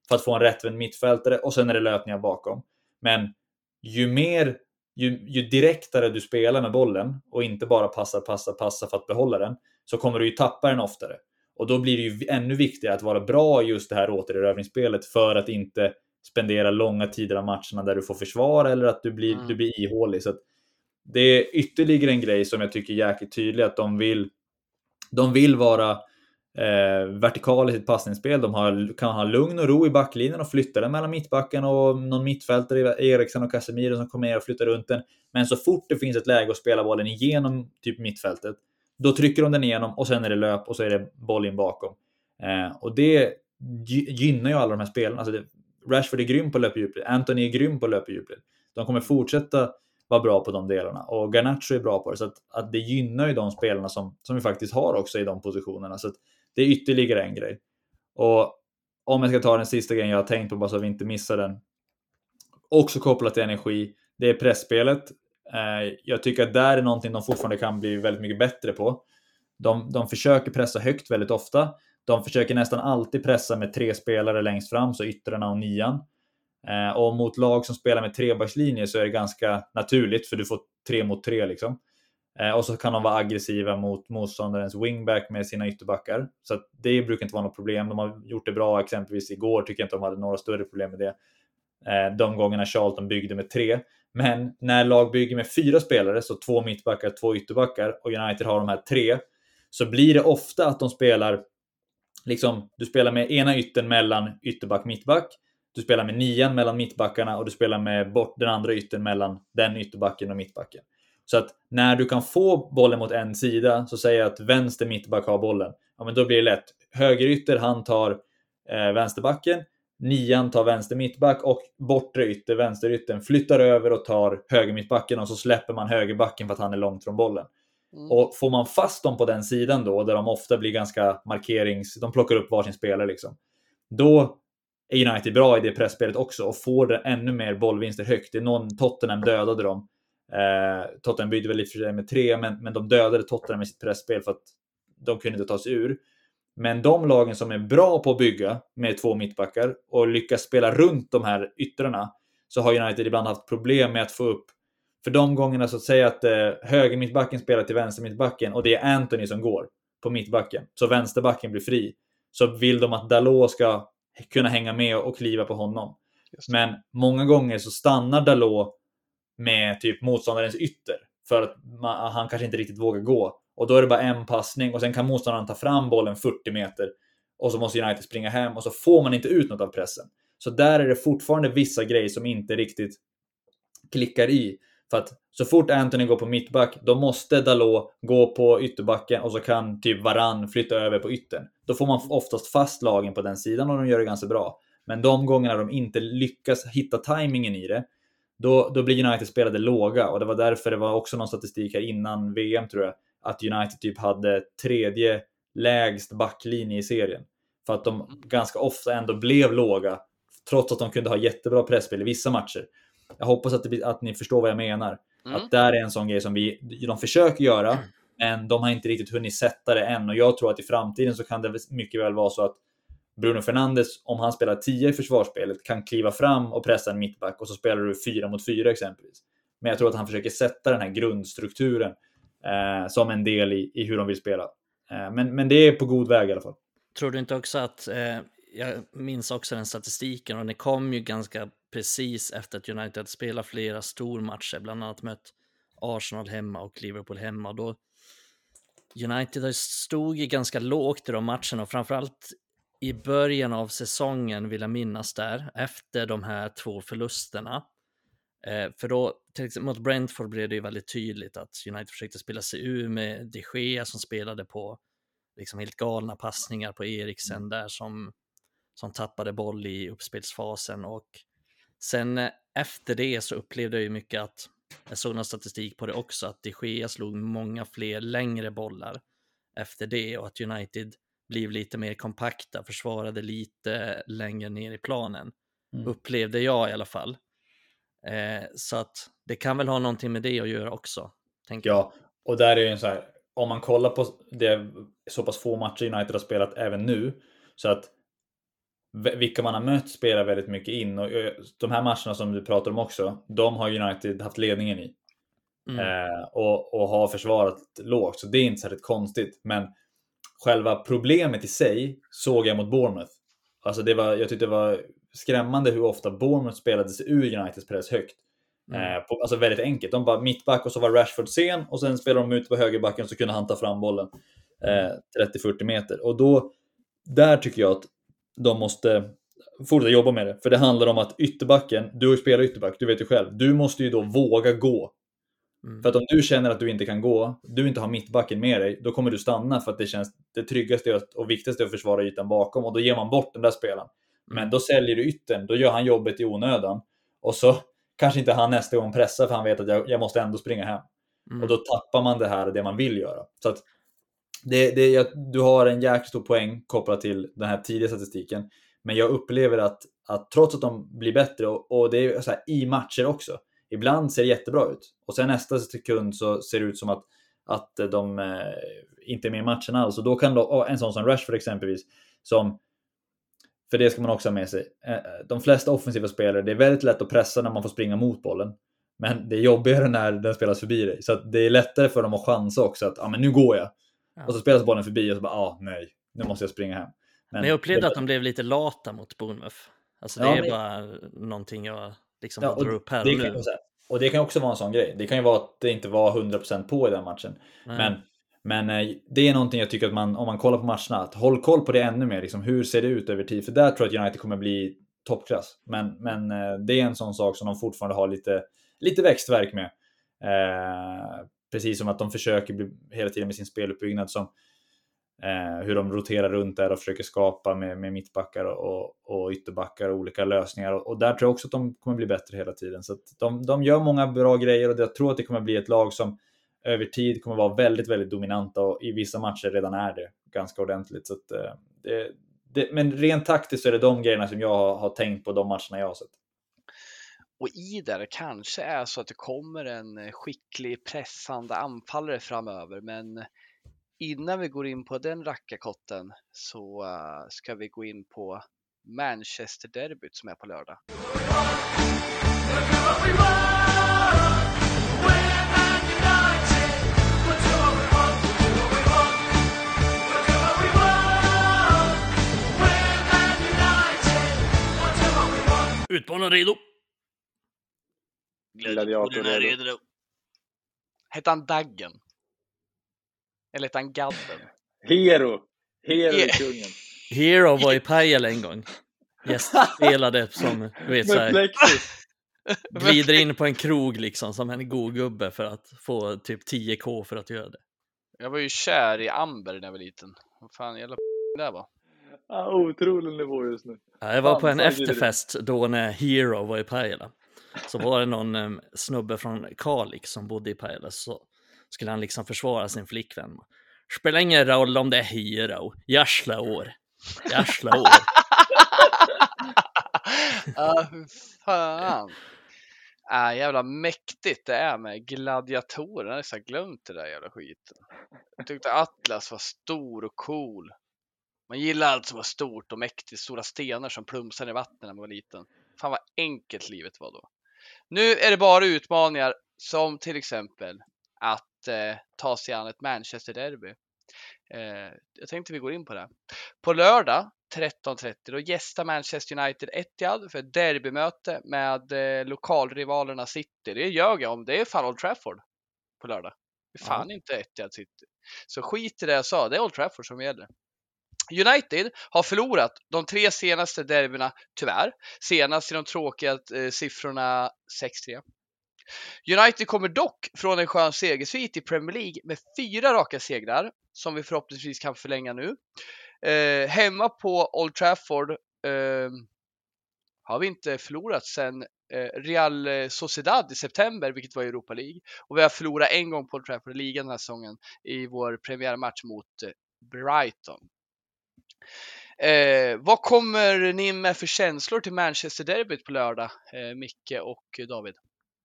för att få en rättvänd mittfältare och sen är det löpningar bakom. Men ju mer ju, ju direktare du spelar med bollen och inte bara passar, passar, passar för att behålla den, så kommer du ju tappa den oftare. Och då blir det ju ännu viktigare att vara bra i just det här återerövringsspelet för att inte spendera långa tider av matcherna där du får försvara eller att du blir, mm. du blir ihålig. Så att det är ytterligare en grej som jag tycker är jäkligt tydlig, att de vill, de vill vara eh, vertikala i sitt passningsspel. De har, kan ha lugn och ro i backlinjen och flytta den mellan mittbacken och någon mittfältare, Eriksen och Casemiro, som kommer ner och flyttar runt den. Men så fort det finns ett läge att spela bollen igenom typ mittfältet, då trycker de den igenom och sen är det löp och så är det boll in bakom. Eh, och det gynnar ju alla de här spelarna. Alltså det, Rashford är grym på löpdjuplet, Anthony är grym på löpdjuplet. De kommer fortsätta vara bra på de delarna, och Garnacho är bra på det, så att, att det gynnar ju de spelarna som, som vi faktiskt har också i de positionerna. Så att det är ytterligare en grej. Och om jag ska ta den sista grejen jag har tänkt på, bara så att vi inte missar den, också kopplat till energi, det är pressspelet. eh, jag tycker att där är någonting de fortfarande kan bli väldigt mycket bättre på. De, de försöker pressa högt väldigt ofta. De försöker nästan alltid pressa med tre spelare längst fram, så yttrarna och nian. Eh, och mot lag som spelar med trebackslinjer så är det ganska naturligt, för du får tre mot tre liksom. Eh, och så kan de vara aggressiva mot motståndarens wingback med sina ytterbackar. Så att det brukar inte vara något problem. De har gjort det bra, exempelvis igår tycker jag inte de hade några större problem med det. Eh, de gångerna Charlton byggde med tre. Men när lag bygger med fyra spelare, så två mittbackar, två ytterbackar, och United har de här tre, så blir det ofta att de spelar liksom, du spelar med ena yttern mellan ytterback mittback, du spelar med nian mellan mittbackarna, och du spelar med bort den andra yttern mellan den ytterbacken och mittbacken. Så att när du kan få bollen mot en sida, så säger jag att vänster mittback har bollen. Ja, men då blir det lätt. Höger ytter, han tar eh, vänsterbacken, nian tar vänster mittback, och bortre ytter, vänster yttern, flyttar över och tar höger mittbacken, och så släpper man högerbacken för att han är långt från bollen. Mm. Och får man fast dem på den sidan då, där de ofta blir ganska markerings, de plockar upp varsin spelare liksom, då är United bra i det pressspelet också och får det ännu mer bollvinster högt. Det är någon, Tottenham dödade dem. Eh, Tottenham byggde väl i och för sig med tre, men, men de dödade Tottenham med sitt pressspel för att de kunde inte ta sig ur. Men de lagen som är bra på att bygga med två mittbackar och lyckas spela runt de här yttrarna, så har United ibland haft problem med att få upp, för de gångerna så att säga att eh, höger mittbacken spelar till vänster mittbacken och det är Anthony som går på mittbacken, så vänsterbacken blir fri, så vill de att Dalot ska kunna hänga med och kliva på honom. Men många gånger så stannar Dalot med typ motståndarens ytter, för att man, han kanske inte riktigt vågar gå, och då är det bara en passning och sen kan motståndaren ta fram bollen fyrtio meter och så måste United springa hem, och så får man inte ut något av pressen. Så där är det fortfarande vissa grejer som inte riktigt klickar i, för att så fort Anthony går på mittback, då måste Dalot gå på ytterbacken, och så kan typ Varane flytta över på yttern. Då får man oftast fast lagen på den sidan, och de gör det ganska bra. Men de gångerna de inte lyckas hitta tajmingen i det, då, då blir United spelade låga, och det var därför det var också någon statistik här innan V M, tror jag, att United typ hade tredje lägst backlinje i serien, för att de ganska ofta ändå blev låga trots att de kunde ha jättebra pressspel i vissa matcher. Jag hoppas att, det, att ni förstår vad jag menar. Mm. Att där är en sån grej som vi, de försöker göra, men de har inte riktigt hunnit sätta det än, och jag tror att i framtiden så kan det mycket väl vara så att Bruno Fernandes, om han spelar tio i försvarsspelet, kan kliva fram och pressa en mittback, och så spelar du fyra mot fyra exempelvis. Men jag tror att han försöker sätta den här grundstrukturen eh, som en del i, i hur de vill spela. Eh, men, men det är på god väg i alla fall. Tror du inte också att, eh, jag minns också den statistiken, och det kom ju ganska precis efter att United spelat flera stormatcher, bland annat mött Arsenal hemma och Liverpool hemma. Då United stod ju ganska lågt i de matcherna, och framförallt i början av säsongen vill jag minnas där, efter de här två förlusterna. Eh, för då, till exempel mot Brentford, blev det ju väldigt tydligt att United försökte spela sig ur med De Gea som spelade på liksom helt galna passningar på Eriksen där, som, som tappade boll i uppspelsfasen. Och sen eh, efter det så upplevde jag ju mycket att, jag såg någon statistik på det också, att De Gea slog många fler längre bollar efter det, och att United blev lite mer kompakta, försvarade lite längre ner i planen. Mm. Upplevde jag i alla fall. Eh, så att det kan väl ha någonting med det att göra också, tänker ja, jag. Och där är ju så här, om man kollar på det så pass få matcher United har spelat även nu, så att vilka man har mött spelar väldigt mycket in. Och de här matcherna som du pratar om också, de har United haft ledningen i. Mm. Eh, och, och har försvarat lågt. Så det är inte särskilt konstigt. Men själva problemet i sig såg jag mot Bournemouth. Alltså det var, jag tyckte det var skrämmande hur ofta Bournemouth spelade sig ur Uniteds press högt. Mm. Eh, på, alltså väldigt enkelt. De bara mittback och så var Rashford sen. Och sen spelade de ut på högerbacken så kunde han ta fram bollen eh, trettio till fyrtio meter. Och då, där tycker jag att de måste fortsätta jobba med det. För det handlar om att ytterbacken, du spelar ytterback, du vet ju själv. Du måste ju då våga gå. Mm. För att om du känner att du inte kan gå, du inte har mittbacken med dig, då kommer du stanna för att det känns det tryggaste och viktigaste att försvara ytan bakom. Och då ger man bort den där spelaren. Mm. Men då säljer du ytten, då gör han jobbet i onödan. Och så kanske inte han nästa gång pressar för han vet att jag, jag måste ändå springa hem. Mm. Och då tappar man det här, det man vill göra. Så att det, det, du har en jäkla stor poäng kopplat till den här tidiga statistiken. Men jag upplever att, att trots att de blir bättre, och, och det är så här i matcher också, ibland ser det jättebra ut. Och sen nästa sekund så ser det ut som att, att de eh, inte är med i matchen alls. Och då kan då, en sån som Rashford exempelvis, som, för det ska man också ha med sig. Eh, de flesta offensiva spelare, det är väldigt lätt att pressa när man får springa mot bollen. Men det är jobbigare när den spelas förbi dig. Så att det är lättare för dem att chansa också. Att ah, men nu går jag. Ja. Och så spelas bollen förbi och så bara, ah, nej, nu måste jag springa hem. Men, men jag upplevde det, att de blev lite lata mot Bournemouth. Alltså det ja, är men, bara någonting jag liksom ja, drar upp här det och nu. Kan, och det kan också vara en sån grej. Det kan ju vara att det inte var hundra procent på i den matchen. Men, men det är någonting jag tycker att man, om man kollar på matcherna, att håll koll på det ännu mer. Liksom, hur ser det ut över tid? För där tror jag att United kommer bli toppklass. Men, men det är en sån sak som de fortfarande har lite, lite växtverk med. Eh, precis som att de försöker bli, hela tiden med sin speluppbyggnad som eh, hur de roterar runt där och försöker skapa med, med mittbackar och, och ytterbackar och olika lösningar. Och, och där tror jag också att de kommer bli bättre hela tiden. Så att de, de gör många bra grejer och jag tror att det kommer bli ett lag som över tid kommer vara väldigt, väldigt dominanta och i vissa matcher redan är det ganska ordentligt. Så att, eh, det, det, men rent taktiskt så är det de grejerna som jag har, har tänkt på de matcherna jag har sett. Och i där kanske är så att det kommer en skicklig pressande anfallare framöver, men innan vi går in på den rackarkotten så uh, ska vi gå in på Manchester derbyt som är på lördag. Utmanaren redo. Gladiatorn är redo. Hette han Daggen? Eller hette han Gadden? Hero. Hero i kungen. Hero var i Pajala en gång. Gästspelade som, du vet, så här, glider in på en krog liksom som en god gubbe för att få typ tio k för att göra det. Jag var ju kär i Amber när jag var liten. Vad fan jävla det var. Ah, otrolig nivå just nu. Ja, jag var på en efterfest då när Hero var i Pajala. Så var det någon um, snubbe från Kalix som bodde i Pajala, så skulle han liksom försvara sin flickvän. Spelar ingen roll om det är Hero. Järsla år. Järsla år. Ja, fan. Äh, jävla mäktigt det är med gladiatorer. Jag har nästan glömt det där jävla skiten. Jag tyckte Atlas var stor och cool. Man gillar allt som var stort och mäktigt. Stora stenar som plumsade i vattnet när man var liten. Fan vad enkelt livet var då. Nu är det bara utmaningar som till exempel att eh, ta sig an ett Manchester derby. Eh, jag tänkte vi går in på det. På lördag tretton trettio då gästar Manchester United Etihad för ett derbymöte med eh, lokalrivalerna City. Det gör jag om. Det är fan Old Trafford på lördag. Det är fan ja. Inte Etihad City. Så skit i det jag sa. Det är Old Trafford som gäller. United har förlorat de tre senaste derbyna, tyvärr. Senast i de tråkiga eh, siffrorna sex tre. United kommer dock från en skön segersvit i Premier League med fyra raka segrar som vi förhoppningsvis kan förlänga nu. Eh, hemma på Old Trafford eh, har vi inte förlorat sedan eh, Real Sociedad i september, vilket var i Europa League. Och vi har förlorat en gång på Old Trafford i ligan den här säsongen i vår premiärmatch mot eh, Brighton. Eh, vad kommer ni med för känslor till Manchester derbyt på lördag, eh, Micke och David?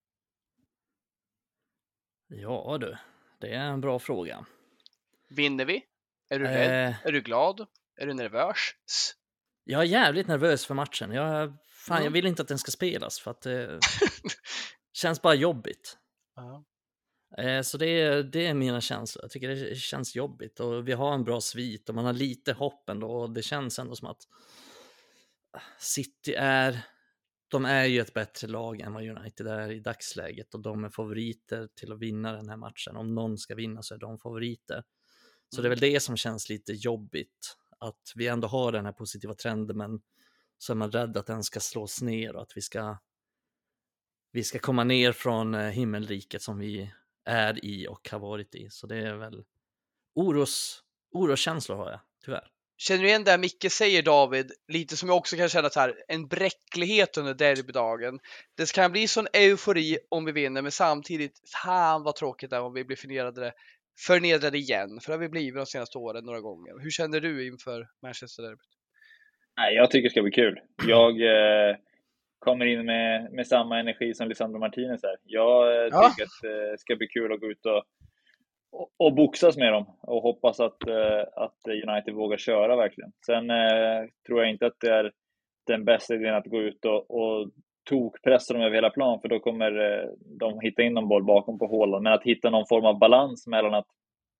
Ja du, det är en bra fråga. Vinner vi? Är du rädd? Eh, är du glad? Är du nervös? Jag är jävligt nervös för matchen. Jag, fan, Mm. jag vill inte att den ska spelas för att det känns bara jobbigt. Ja. Eh, Så det är, det är mina känslor. Jag tycker det känns jobbigt och vi har en bra svit och man har lite hopp ändå och det känns ändå som att City är, de är ju ett bättre lag än vad United är i dagsläget och de är favoriter till att vinna den här matchen. Om någon ska vinna så är de favoriter. Så det är väl det som känns lite jobbigt, att vi ändå har den här positiva trenden men så är man rädd att den ska slås ner och att vi ska vi ska komma ner från eh, himmelriket som vi är i och har varit i. Så det är väl oros, oroskänslor har jag, tyvärr. Känner du igen det här Micke säger, David? Lite som jag också kan känna så här, en bräcklighet under derbydagen. Det kan bli sån eufori om vi vinner, men samtidigt, fan vad tråkigt det är om vi blir förnedrade, förnedrade igen. För det har vi blivit de senaste åren några gånger. Hur känner du inför Manchester Derby? Nej, jag tycker det ska bli kul. Jag eh, kommer in med, med samma energi som Lisandro Martinez här. Jag eh, Ja. tycker att det eh, ska bli kul att gå ut och, och, och boxas med dem. Och hoppas att, eh, att United vågar köra verkligen. Sen eh, tror jag inte att det är den bästa idén att gå ut och, och tokpressa dem över hela plan. För då kommer eh, de hitta in någon boll bakom på hålen. Men att hitta någon form av balans mellan att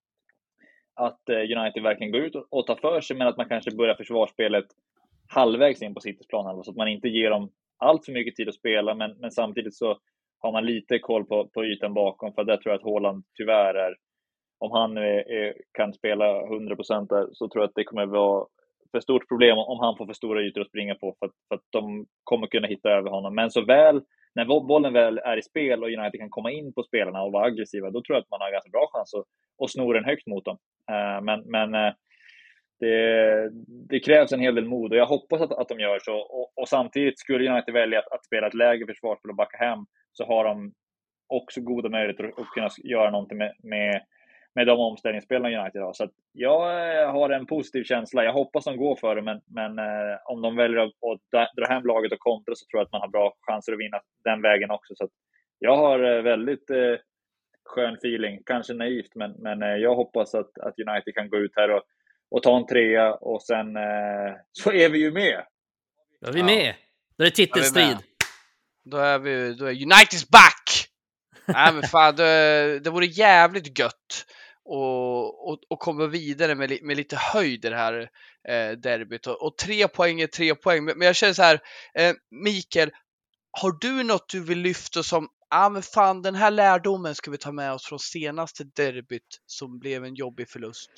att United verkligen går ut och tar för sig, men att man kanske börjar försvarsspelet halvvägs in på Citys planhalva, så att man inte ger dem allt för mycket tid att spela, men, men samtidigt så har man lite koll på, på ytan bakom, för där tror jag att Haaland tyvärr är, om han är, är, kan spela hundra procent där, så tror jag att det kommer vara för stort problem om han får för stora ytor att springa på, för att, för att de kommer kunna hitta över honom. Men så väl, när bollen väl är i spel och United kan komma in på spelarna och vara aggressiva, då tror jag att man har ganska bra chans att, att sno den högt mot dem. Uh, men men uh, det, det krävs en hel del mod och jag hoppas att, att de gör så. Och, och samtidigt skulle United välja att, att spela ett läge försvarsspel och backa hem, så har de också goda möjligheter att, att kunna göra någonting med, med, med de omställningsspelarna United har. Så att jag har en positiv känsla. Jag hoppas de går för det, men, men uh, om de väljer att, att dra hem laget och kontra, så tror jag att man har bra chanser att vinna den vägen också. Så att jag har uh, väldigt... Uh, skön feeling, kanske naivt, men, men jag hoppas att, att United kan gå ut här och, och ta en trea, och sen eh, så är vi ju med. Då är vi med. Då är det titelstrid. Då är vi, då är United's back! Nej men fan, det, det vore jävligt gött och, och, och komma vidare med, med lite höjd i det här eh, derbyt. Och, och tre poäng är tre poäng. Men, men jag känner så här, eh, Mikael, har du något du vill lyfta som, ja ah, men fan, den här lärdomen ska vi ta med oss från senaste derbyt som blev en jobbig förlust?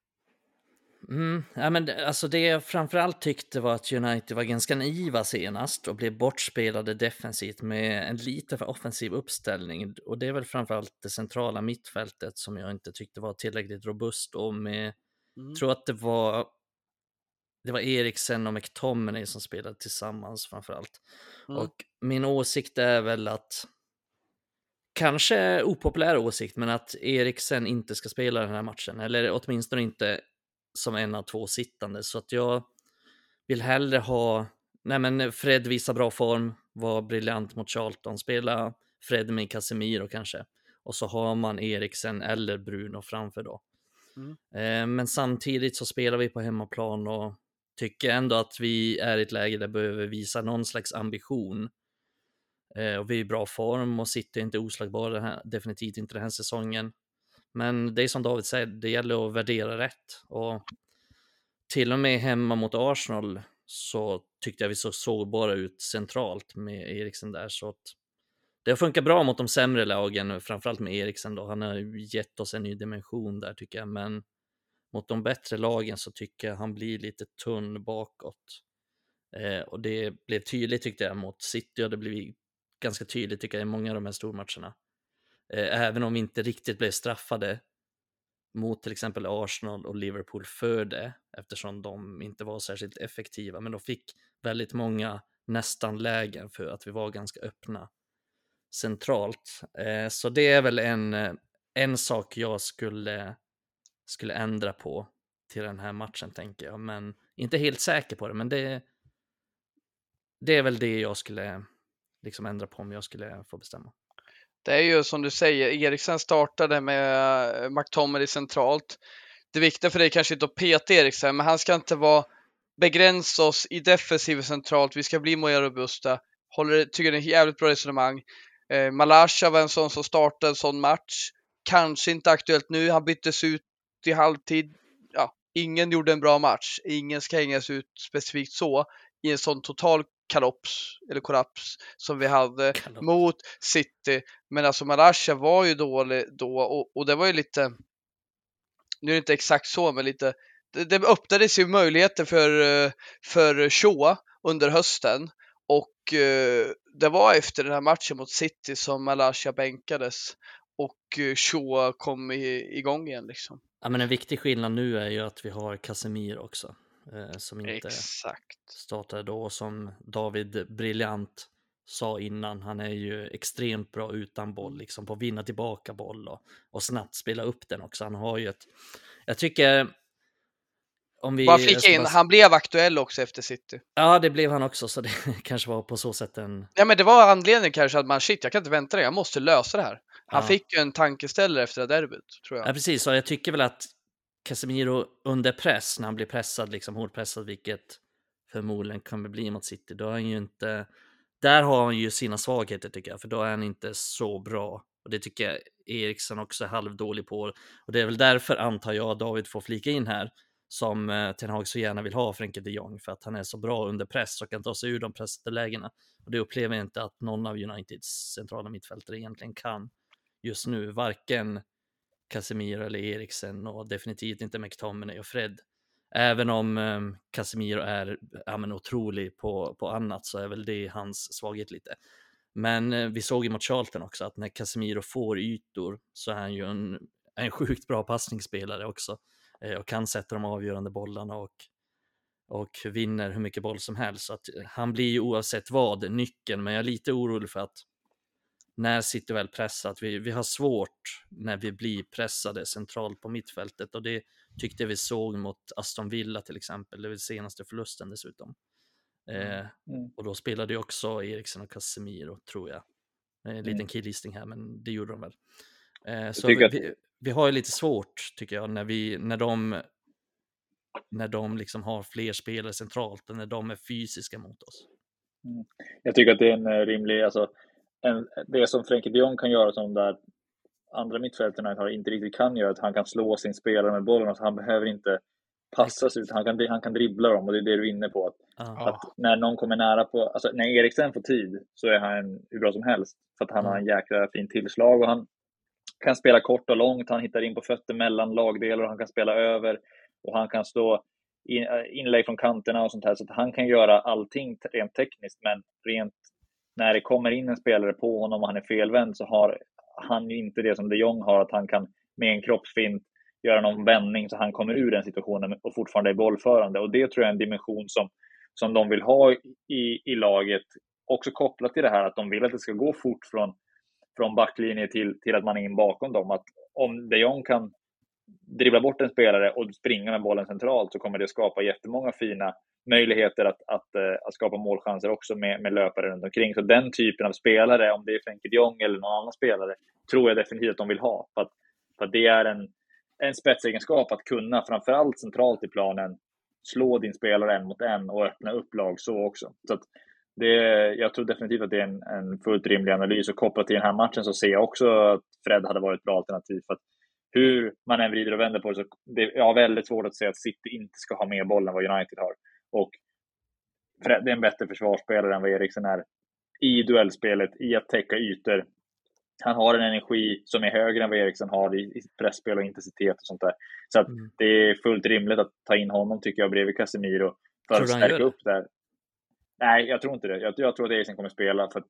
Mm, ja, men alltså det jag framförallt tyckte var att United var ganska naiva senast och blev bortspelade defensivt med en lite för offensiv uppställning, och det är väl framförallt det centrala mittfältet som jag inte tyckte var tillräckligt robust, och med, mm. tror att det var det var Eriksen och McTominay som spelade tillsammans framförallt. Mm. Och min åsikt är väl att, kanske opopulär åsikt, men att Eriksen inte ska spela den här matchen, eller åtminstone inte som en av två sittande. Så att jag vill hellre ha, nej men Fred visar bra form, var briljant mot Charlton, spela Fred med Casemiro kanske, och så har man Eriksen eller Bruno framför då. Mm. Eh, men samtidigt så spelar vi på hemmaplan och tycker ändå att vi är i ett läge där vi behöver visa någon slags ambition. Eh, och vi är i bra form och sitter inte oslagbara den här, definitivt inte den här säsongen. Men det är som David säger, det gäller att värdera rätt. Och till och med hemma mot Arsenal så tyckte jag vi så sågbara ut centralt med Eriksen där. Så att det har funkat bra mot de sämre lagen, framförallt med Eriksen då. Han har gett oss en ny dimension där tycker jag. Men mot de bättre lagen så tycker jag han blir lite tunn bakåt. Eh, och det blev tydligt tyckte jag mot City, och det blev ganska tydligt tycker jag i många av de här stormatcherna. Eh, även om vi inte riktigt blev straffade mot till exempel Arsenal och Liverpool för det, eftersom de inte var särskilt effektiva, men de fick väldigt många nästan lägen för att vi var ganska öppna centralt. Eh, så det är väl en, en sak jag skulle, skulle ändra på till den här matchen tänker jag, men inte helt säker på det, men det, det är väl det jag skulle liksom ändra på om jag skulle få bestämma. Det är ju som du säger, Eriksen startade med McTominay centralt. Det viktiga för dig kanske inte att peta Eriksen, men han ska inte vara begränsa oss i defensiv centralt. Vi ska bli mer robusta. Håller, tycker det är ett jävligt bra resonemang. Eh, Malasha var en sån som startade en sån match. Kanske inte aktuellt nu. Han byttes ut i halvtid. Ja, ingen gjorde en bra match. Ingen ska hängas ut specifikt så i en sån total kalops eller kollaps som vi hade Kalops. mot City. Men alltså Malasha var ju dålig då och, och det var ju lite, nu är det inte exakt så, men lite, det, det öppnades ju möjligheter för, för Shaw under hösten och eh, det var efter den här matchen mot City som Malasha bänkades och eh, Shaw kom i, igång igen liksom. Ja, men en viktig skillnad nu är ju att vi har Casemiro också eh, som inte Exakt. startade då, som David briljant sa innan. Han är ju extremt bra utan boll, liksom på att vinna tillbaka boll och, och snabbt spela upp den också. Han har ju ett, jag tycker om vi... Bara flika in, bara... han blev aktuell också efter City. Ja, det blev han också, så det kanske var på så sätt en... Ja, men det var anledningen kanske att man, shit, jag kan inte vänta det, jag måste lösa det här. Han Ja. fick ju en tankeställare efter det derbyt, tror jag. Ja, precis. Så jag tycker väl att Casemiro under press, när han blir pressad, liksom hårdpressad, vilket förmodligen kommer bli mot City, då är han ju inte... Där har han ju sina svagheter tycker jag, för då är han inte så bra. Och det tycker jag Eriksen också är halvdålig på. Och det är väl därför, antar jag, David får flika in här, som eh, Ten Hag så gärna vill ha Frenkie de Jong, för att han är så bra under press och kan ta sig ur de pressade lägena. Och det upplever jag inte att någon av Uniteds centrala mittfältare egentligen kan just nu, varken Casemiro eller Eriksen, och definitivt inte McTominay och Fred. Även om eh, Casemiro är ja, men otrolig på, på annat, så är väl det hans svaghet lite. Men eh, vi såg ju mot Charlton också att när Casemiro får ytor så är han ju en, en sjukt bra passningsspelare också. Eh, och kan sätta de avgörande bollarna och, och vinner hur mycket boll som helst. Så att han blir ju oavsett vad nyckeln, men jag är lite orolig för att när sitter väl pressat, vi, vi har svårt när vi blir pressade centralt på mittfältet, och det tyckte vi såg mot Aston Villa till exempel, det var senaste förlusten dessutom. Eh, Mm. och då spelade ju också Eriksen och Casemiro, tror jag. En liten Mm. killlisting här, men det gjorde de väl. Eh, så tycker vi, att- vi, vi har ju lite svårt, tycker jag, när, vi, när de när de liksom har fler spelare centralt och när de är fysiska mot oss. Mm. Jag tycker att det är en eh, rimlig, alltså en, det som Frenkie de Jong kan göra som där andra mittfältarna har inte riktigt kan göra, att han kan slå sin spelare med bollen, alltså han behöver inte passas ut, han kan, han kan dribbla dem, och det är det du är inne på. Att, Ja. att när någon kommer nära på, alltså när Eriksen får tid så är han hur bra som helst, för att han Mm. har en jäkla fin tillslag och han kan spela kort och långt, han hittar in på fötter mellan lagdelar och han kan spela över och han kan stå in, inlägg från kanterna och sånt här, så att han kan göra allting rent tekniskt, men rent när det kommer in en spelare på honom och han är felvänd så har han ju inte det som de Jong har, att han kan med en kroppsfint göra någon vändning så han kommer ur den situationen och fortfarande är bollförande, och det tror jag är en dimension som, som de vill ha i, i laget, också kopplat till det här att de vill att det ska gå fort från, från backlinje till, till att man är in bakom dem, att om de Jong kan dribbla bort en spelare och springa med bollen centralt så kommer det skapa jättemånga fina möjligheter att, att, att skapa målchanser också med, med löpare runt omkring. Så den typen av spelare, om det är Frenkie de Jong eller någon annan spelare, tror jag definitivt att de vill ha. För att, för att det är en, en spetsegenskap att kunna, framförallt centralt i planen, slå din spelare en mot en och öppna upp lag så också. Så att det, jag tror definitivt att det är en, en fullt rimlig analys, och kopplat till den här matchen så ser jag också att Fred hade varit ett bra alternativ, för att hur man än vrider och vänder på det, så det, jag har väldigt svårt att säga att City inte ska ha mer boll än vad United har. Och Fred, det är en bättre försvarsspelare än vad Eriksen är i duellspelet, i att täcka ytor. Han har en energi som är högre än vad Eriksen har i, i pressspel och intensitet och sånt där. Så att Mm. det är fullt rimligt att ta in honom, tycker jag, bredvid Casemiro för Tror att du han stärka gör upp där. Nej, jag tror inte det. Jag, jag tror att Eriksen kommer spela, för att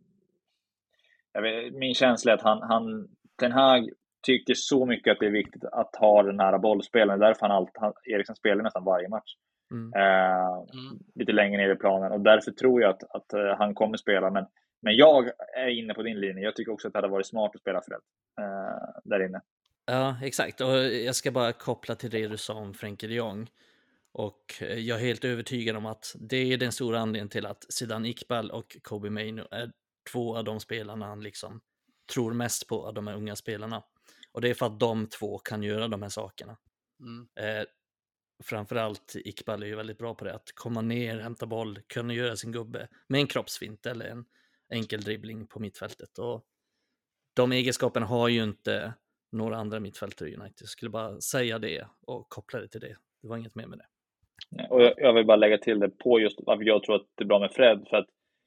jag vet, min känsla är att han, han Ten Hag tycker så mycket att det är viktigt att ha den här bollspelen. Därför han, allt, han Eriksen spelar nästan varje match. Mm. Eh, Mm. lite längre ner i planen, och därför tror jag att, att uh, han kommer spela, men, men jag är inne på din linje. Jag tycker också att det hade varit smart att spela Fred uh, där inne. Ja, exakt. Och jag ska bara koppla till det du sa om Frenkie de Jong. Och jag är helt övertygad om att det är den stora anledningen till att Zidane Iqbal och Kobbie Mainoo är två av de spelarna han liksom tror mest på av de här unga spelarna. Och det är för att de två kan göra de här sakerna. Mm. Eh, framförallt Iqbal är ju väldigt bra på det, att komma ner, hämta boll, kunna göra sin gubbe med en kroppsfint eller en enkel dribbling på mittfältet. Och de egenskaperna har ju inte några andra mittfältare i United. Jag skulle bara säga det och koppla det till det. Det var inget mer med det. Och jag, jag vill bara lägga till det på just varför jag tror att det är bra med Fred. För att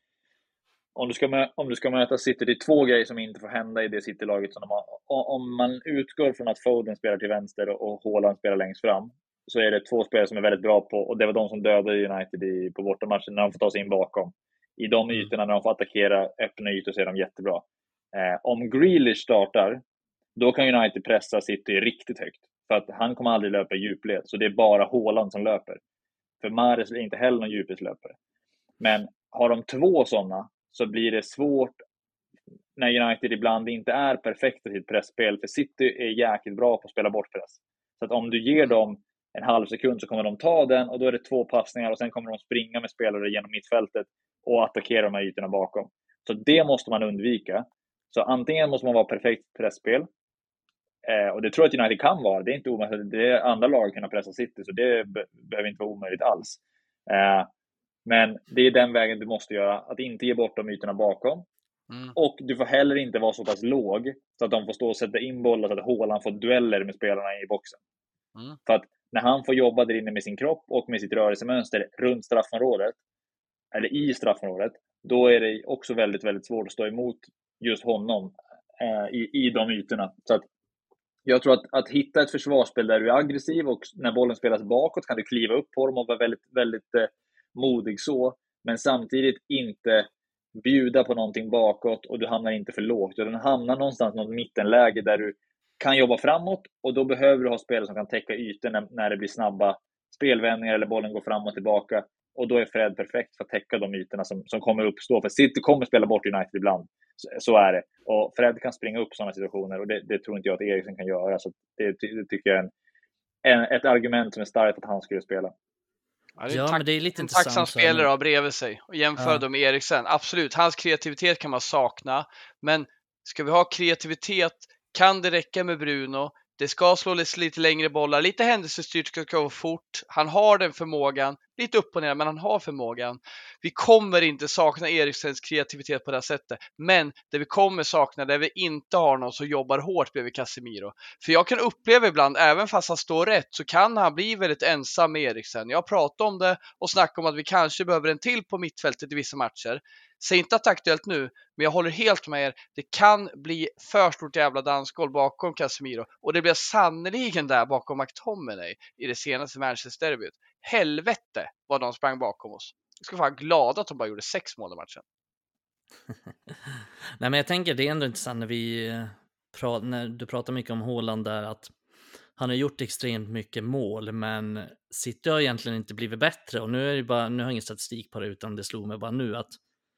om du ska, mö- om du ska möta City, det är två grejer som inte får hända i det City-laget. Som de har. Om man utgår från att Foden spelar till vänster och Haaland spelar längst fram, så är det två spelare som är väldigt bra på, och det var de som dödade United i, på bortamatchen när de får ta sig in bakom. I de ytorna, när de får attackera öppna ytor, så är de jättebra. Eh, om Grealish startar, då kan United pressa City riktigt högt. För att han kommer aldrig löpa djupled, så det är bara Haaland som löper. För Mahrez är inte heller någon djupledslöpare. Men har de två sådana, så blir det svårt när United ibland inte är perfekt i sitt pressspel. För City är jäkligt bra på att spela bort press. Så att om du ger dem en halv sekund, så kommer de ta den, och då är det två passningar, och sen kommer de springa med spelare genom mittfältet och attackera de här ytorna bakom. Så det måste man undvika. Så antingen måste man vara perfekt pressspel, eh, och det tror jag att United kan vara. Det är inte omöjligt. Det är andra lag kunna pressa City, så det be- behöver inte vara omöjligt alls. Eh, men det är den vägen du måste göra, att inte ge bort de ytorna bakom. Mm. Och du får heller inte vara så pass låg så att de får stå och sätta in bollar, så att Haaland får dueller med spelarna i boxen. Mm. För att när han får jobba där inne med sin kropp och med sitt rörelsemönster runt straffområdet, eller i straffområdet, då är det också väldigt, väldigt svårt att stå emot just honom eh, i, i de ytorna. Så att jag tror att, att hitta ett försvarsspel där du är aggressiv, och när bollen spelas bakåt kan du kliva upp på dem och vara väldigt, väldigt eh, modig så, men samtidigt inte bjuda på någonting bakåt, och du hamnar inte för lågt, utan hamnar någonstans något mittenläge där du kan jobba framåt, och då behöver du ha spelare som kan täcka ytor när, när det blir snabba spelvändningar eller bollen går fram och tillbaka, och då är Fred perfekt för att täcka de ytorna som, som kommer uppstå, för City kommer spela bort United ibland, så, så är det, och Fred kan springa upp sådana situationer, och det, det tror inte jag att Eriksen kan göra, så det, det tycker jag är en, en, ett argument som är starkt att han skulle spela. Ja, det är, ja, tack, men det är lite en tacksam spelare men... bredvid sig, och jämför ja. dem med Eriksen. Absolut, hans kreativitet kan man sakna, men ska vi ha kreativitet kan det räcka med Bruno. Det ska slå lite längre bollar, lite händelsestyrt, ska gå fort. Han har den förmågan, lite upp och ner, men han har förmågan. Vi kommer inte sakna Eriksens kreativitet på det här sättet, men det vi kommer sakna, där vi inte har någon som jobbar hårt bredvid Casemiro. För jag kan uppleva ibland, även fast han står rätt, så kan han bli väldigt ensam med Eriksen. Jag pratar om det och snackar om att vi kanske behöver en till på mittfältet i vissa matcher. Säg inte att det är aktuellt nu, men jag håller helt med er. Det kan bli för stort jävla dansgolv bakom Casemiro. Och det blir sannoliken där bakom McTominay i det senaste Manchester-derbyt. Helvete vad de sprang bakom oss. Jag ska vara glad att de bara gjorde sex mål i matchen. Nej, men jag tänker det är ändå intressant när vi pratar, när du pratar mycket om Haaland där, att han har gjort extremt mycket mål, men City har egentligen inte blivit bättre, och nu är det bara, nu har jag ingen statistik på det, utan det slog mig bara nu att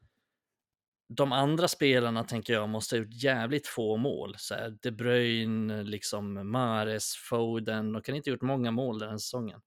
de andra spelarna, tänker jag, måste ha gjort jävligt få mål. Så här, De Bruyne, liksom Mahrez, Foden, de kan inte ha gjort många mål den här säsongen.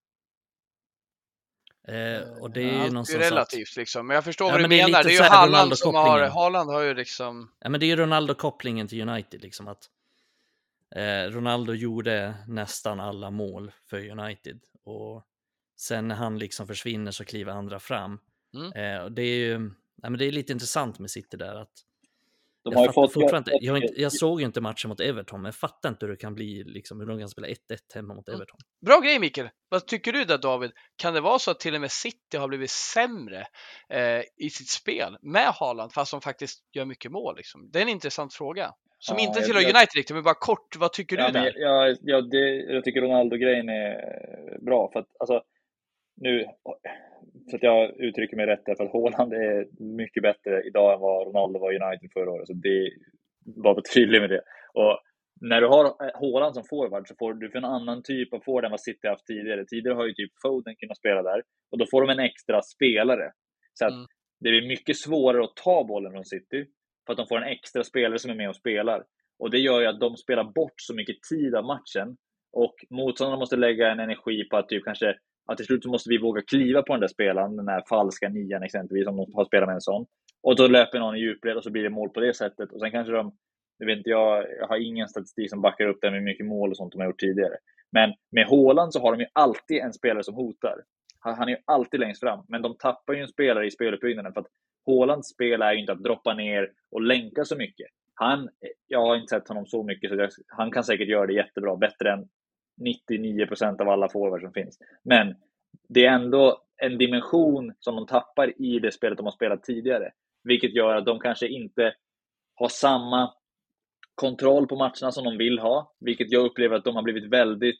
Eh, och det är ju ja, någonstans det är relativt att... liksom, men jag förstår ja, vad du men menar. Det är, det är ju Haaland som har, Haaland har ju liksom... Ja, men det är ju Ronaldo-kopplingen till United, liksom att eh, Ronaldo gjorde nästan alla mål för United, och sen när han liksom försvinner så kliver andra fram. Mm. Eh, och det är ju ja, men det är lite intressant med City där, att de jag, har fått, fortfarande, jag, jag, inte, jag såg ju inte matchen mot Everton, men jag fattar inte hur det kan bli, liksom, hur de kan spela ett ett hemma mot Everton. Bra grej, Mikael. Vad tycker du där, David? Kan det vara så att till och med City har blivit sämre eh, i sitt spel med Haaland, fast de faktiskt gör mycket mål? Liksom? Det är en intressant fråga. Som ja, inte tillhör jag, United riktigt, men bara kort, vad tycker ja, du där? Ja, ja, det, jag tycker Ronaldo-grejen är bra, för att alltså, nu, så att jag uttrycker mig rätt där, för att Haaland är mycket bättre idag än vad Ronaldo var i United förra året, så det var tydligt med det. Och när du har Haaland som forward, så får du för en annan typ av forward än vad City haft tidigare. Tidigare har ju typ Foden kunnat spela där, och då får de en extra spelare. Så att mm. det blir mycket svårare att ta bollen från City, för att de får en extra spelare som är med och spelar. Och det gör ju att de spelar bort så mycket tid av matchen, och motståndarna måste lägga en energi på att typ kanske att till slut så måste vi våga kliva på den där spelaren, den här falska nian exempelvis, om de har spelat med en sån. Och då löper någon i djupled och så blir det mål på det sättet. Och sen kanske de, jag vet inte, jag, jag har ingen statistik som backar upp det med mycket mål och sånt de har gjort tidigare. Men med Haaland så har de ju alltid en spelare som hotar. Han, han är ju alltid längst fram, men de tappar ju en spelare i speluppbyggnaden för att Haalands spel är ju inte att droppa ner och länka så mycket. Han, jag har inte sett honom så mycket, så jag, han kan säkert göra det jättebra, bättre än nittionio procent av alla forwards som finns. Men det är ändå en dimension som de tappar i det spelet de har spelat tidigare. Vilket gör att de kanske inte har samma kontroll på matcherna som de vill ha. Vilket jag upplever att de har blivit väldigt,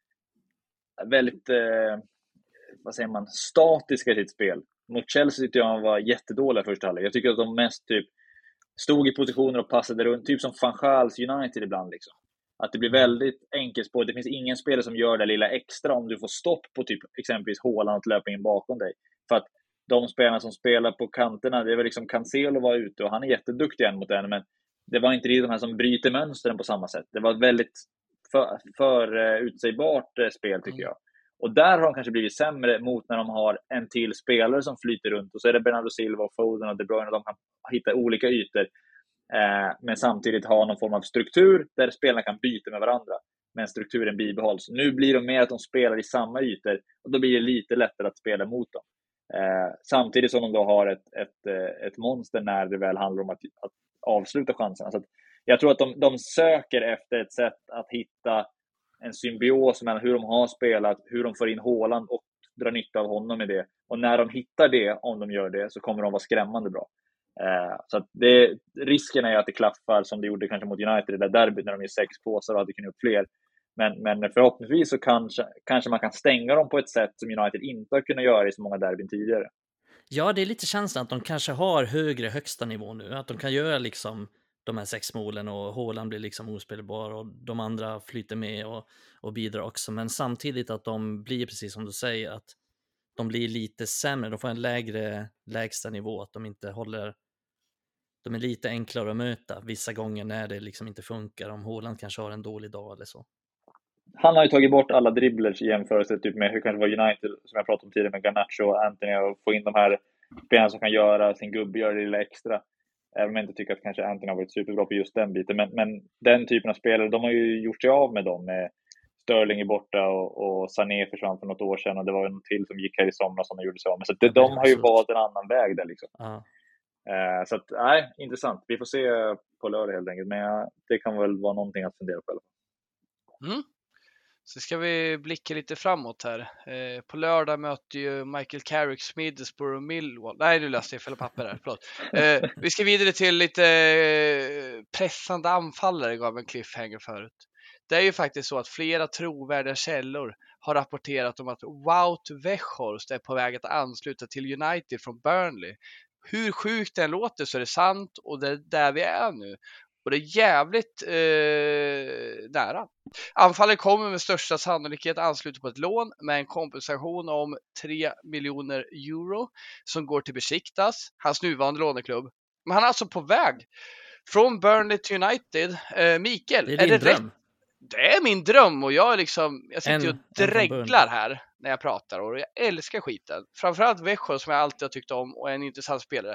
väldigt, eh, vad säger man, statiska i sitt spel. Mot Chelsea tyckte jag var jättedåliga första halvlek. Jag tycker att de mest typ stod i positioner och passade runt, typ som Van Gaals United ibland liksom. Att det blir väldigt enkelt på. Det finns ingen spelare som gör det lilla extra om du får stopp på typ exempelvis Haaland att löpa in bakom dig. För att de spelarna som spelar på kanterna, det är väl liksom Cancelo var ute och han är jätteduktig en mot en, men det var inte de här som bryter mönstren på samma sätt. Det var ett väldigt för, för uh, utsägbart uh, spel tycker jag. Och där har de kanske blivit sämre mot när de har en till spelare som flyter runt. Och så är det Bernardo Silva och Foden och De Bruyne och de kan hitta olika ytor. Eh, men samtidigt ha någon form av struktur där spelarna kan byta med varandra. Men strukturen bibehålls. Nu blir det mer att de spelar i samma ytor. Och då blir det lite lättare att spela mot dem. Eh, samtidigt som de då har ett, ett, ett monster när det väl handlar om att, att avsluta chanserna. Så att jag tror att de, de söker efter ett sätt att hitta en symbios mellan hur de har spelat, hur de får in Haaland och drar nytta av honom i det. Och när de hittar det, om de gör det, så kommer de vara skrämmande bra. Eh, så att det, risken är att det klaffar som det gjorde kanske mot United i det där derbyt när de är sex påsar och hade kunnat upp fler. Men, men förhoppningsvis så kanske, kanske man kan stänga dem på ett sätt som United inte har kunnat göra i så många derbyn tidigare. Ja, det är lite känslan att de kanske har högre högsta nivå nu. Att de kan göra liksom de här sex målen och Haaland blir liksom ospelbar och de andra flyter med och, och bidrar också. Men samtidigt att de blir, precis som du säger, att de blir lite sämre. De får en lägre lägsta nivå, att de inte håller... De är lite enklare att möta vissa gånger när det liksom inte funkar. Om Haaland kanske har en dålig dag eller så. Han har ju tagit bort alla dribblers i jämförelse typ med hur kanske var United, som jag pratade om tidigare med Garnacho och Anthony, och få in de här spelarna som kan göra sin gubbe, göra det lilla extra. Även om jag inte tycker att kanske Anthony har varit superbra på just den biten. Men, men den typen av spelare, de har ju gjort sig av med dem. Med Sterling är borta och, och Sané försvann för något år sedan. Och det var en till som gick här i somras som de gjorde sig av med. Så det, de har ju valt en annan väg där liksom. Ja. Eh, så att, nej, intressant. Vi får se på lördag helt enkelt. Men ja, det kan väl vara någonting att fundera på. Mm. Så ska vi blicka lite framåt här. Eh, på lördag möter ju Michael Carrick Middlesbrough och Millwall. Nej, nu läste jag fel papper där. Förlåt. Eh, vi ska vidare till lite pressande anfallare, gav en cliffhanger förut. Det är ju faktiskt så att flera trovärdiga källor har rapporterat om att Wout Weghorst är på väg att ansluta till United från Burnley. Hur sjukt det låter så är det sant, och det är där vi är nu. Och det är jävligt eh, nära. Anfallet kommer med största sannolikhet ansluta på ett lån med en kompensation om tre miljoner euro som går till Besiktas, hans nuvarande låneklubb. Men han är alltså på väg från Burnley till United. Eh, Mikael, det är, är din det dröm. rätt? Det är min dröm, och jag är liksom jag sitter ju och En- en från dreglar här när jag pratar, och jag älskar skiten. Framförallt Weghorst som jag alltid har tyckt om och är en intressant spelare.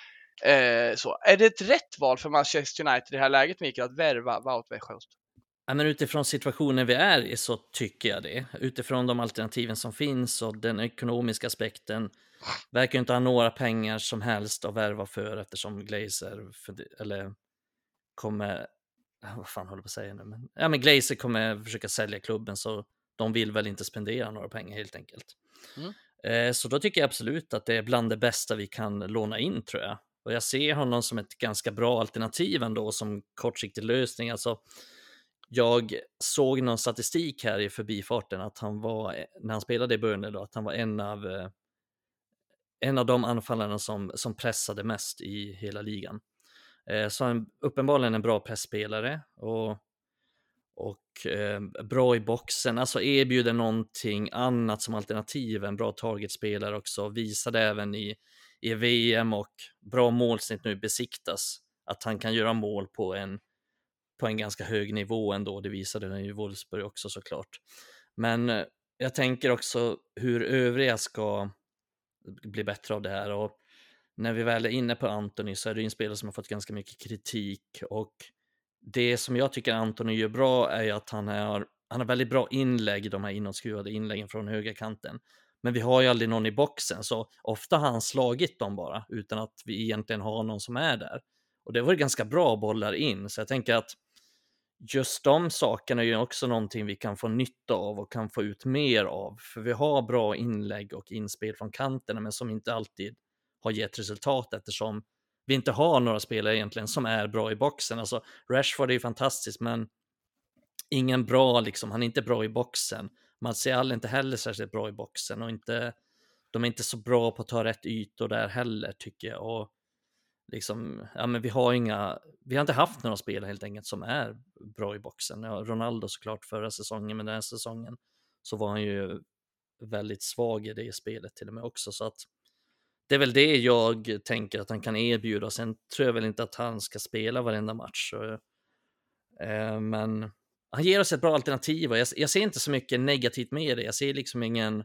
Eh, så. Är det ett rätt val för Manchester United i det här läget, Mikael, att värva Wout Weghorst? Ja, men utifrån situationen vi är i så tycker jag det. Utifrån de alternativen som finns och den ekonomiska aspekten verkar inte ha några pengar som helst att värva för, eftersom Glazer för, eller kommer, vad fan håller jag på att säga nu, men ja, men Glazer kommer försöka sälja klubben, så de vill väl inte spendera några pengar helt enkelt. Mm. Eh, så då tycker jag absolut att det är bland det bästa vi kan låna in, tror jag. Och jag ser honom som ett ganska bra alternativ ändå, som kortsiktig lösning. Alltså, jag såg någon statistik här i förbifarten att han var, när han spelade i Burnley då, att han var en av eh, en av de anfallarna som, som pressade mest i hela ligan. Eh, så han uppenbarligen en bra pressspelare och, och eh, bra i boxen, alltså erbjuder någonting annat som alternativ, en bra targetspelare också, visade även i, i V M och bra målsnitt nu Besiktas att han kan göra mål på en på en ganska hög nivå ändå. Det visade den i Wolfsburg också såklart. Men eh, jag tänker också hur övriga ska bli bättre av det här, och när vi väl är inne på Antony så är det en spelare som har fått ganska mycket kritik, och det som jag tycker Antony gör bra är att han har, han har väldigt bra inlägg, de här inåtskruvade inläggen från högerkanten. Men vi har ju aldrig någon i boxen, så ofta har han slagit dem bara utan att vi egentligen har någon som är där. Och det var ganska bra bollar in, så jag tänker att just de sakerna är ju också någonting vi kan få nytta av och kan få ut mer av. För vi har bra inlägg och inspel från kanterna, men som inte alltid har gett resultat eftersom vi inte har några spelare egentligen som är bra i boxen. Alltså Rashford är ju fantastisk, men ingen bra liksom, han är inte bra i boxen. Martial är inte heller särskilt bra i boxen och inte, de är inte så bra på att ta rätt ytor där heller tycker jag. Och liksom, ja men vi har inga, vi har inte haft några spelare helt enkelt som är bra i boxen. Ja, Ronaldo såklart förra säsongen, men den här säsongen så var han ju väldigt svag i det spelet till och med också, så att det är väl det jag tänker att han kan erbjuda. Sen tror jag väl inte att han ska spela varenda match. Så, eh, men han ger oss ett bra alternativ och jag, jag ser inte så mycket negativt med det. Jag ser liksom ingen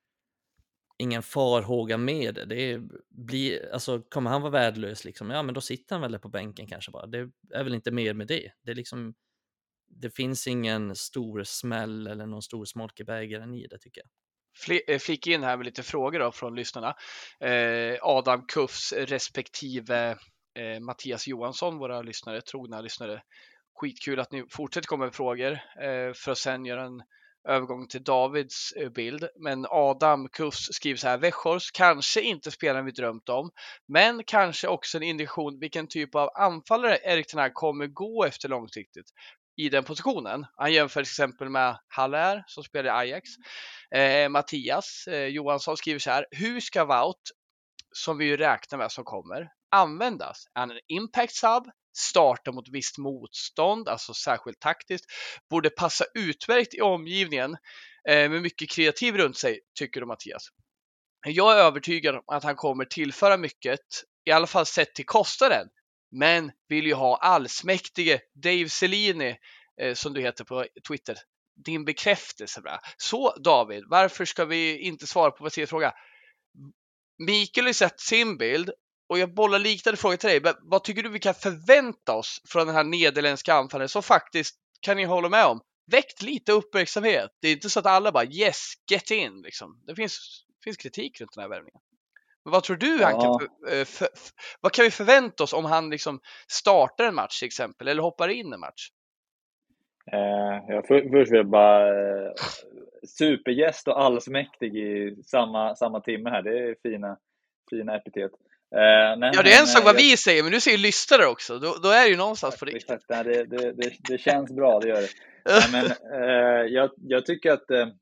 ingen farhåga med det. Det blir, alltså, kommer han vara värdelös liksom? Ja, men då sitter han väl på bänken kanske bara. Det är väl inte mer med det. Det är liksom, det finns ingen stor smäll eller någon stor smolk i bägaren i det tycker jag. Flika in här med lite frågor då från lyssnarna. Eh, Adam Kuffs respektive eh, Mattias Johansson, våra lyssnare, trogna lyssnare. Skitkul att ni fortsätter komma med frågor eh, för att sen göra en övergång till Davids eh, bild. Men Adam Kuffs skriver så här: Weghorst kanske inte spelaren vi drömt om, men kanske också en indikation vilken typ av anfallare Erik ten Hag kommer gå efter långsiktigt i den positionen. Han jämför till exempel med Haller som spelar i Ajax. Eh, Mattias eh, Johansson skriver så här: hur ska Wout, som vi ju räknar med som kommer, användas? Är han en impact sub? Starta mot visst motstånd, alltså särskilt taktiskt, borde passa utmärkt i omgivningen eh, med mycket kreativ runt sig, tycker du Mattias? Jag är övertygad om att han kommer tillföra mycket, i alla fall sett till kostnaden, men vill ju ha allsmäktige Dave Cellini, eh, som du heter på Twitter, din bekräftelse. Bra. Så David, varför ska vi inte svara på Mattias fråga? Mikael har sett sin bild och jag bollar liknande frågor till dig. Vad tycker du vi kan förvänta oss från den här nederländska anfallaren som faktiskt, kan ni hålla med om, väckt lite uppmärksamhet? Det är inte så att alla bara yes, get in liksom. Det finns, finns kritik runt den här värvningen. Men vad tror du ja. han kan för, för, för, vad kan vi förvänta oss om han liksom startar en match till exempel eller hoppar in en match? Eh, jag för, först vill jag bara eh, supergäst och allsmäktig i samma, samma timme här. Det är fina, fina epitet. Eh, nej, ja, det är en sak vad jag, vi säger, men du säger lyssnare också. Då, då är det ju någonstans på riktigt. Exakt, nej, det, det, det, det känns bra, det gör det. Nej, men, eh, jag, jag tycker att eh,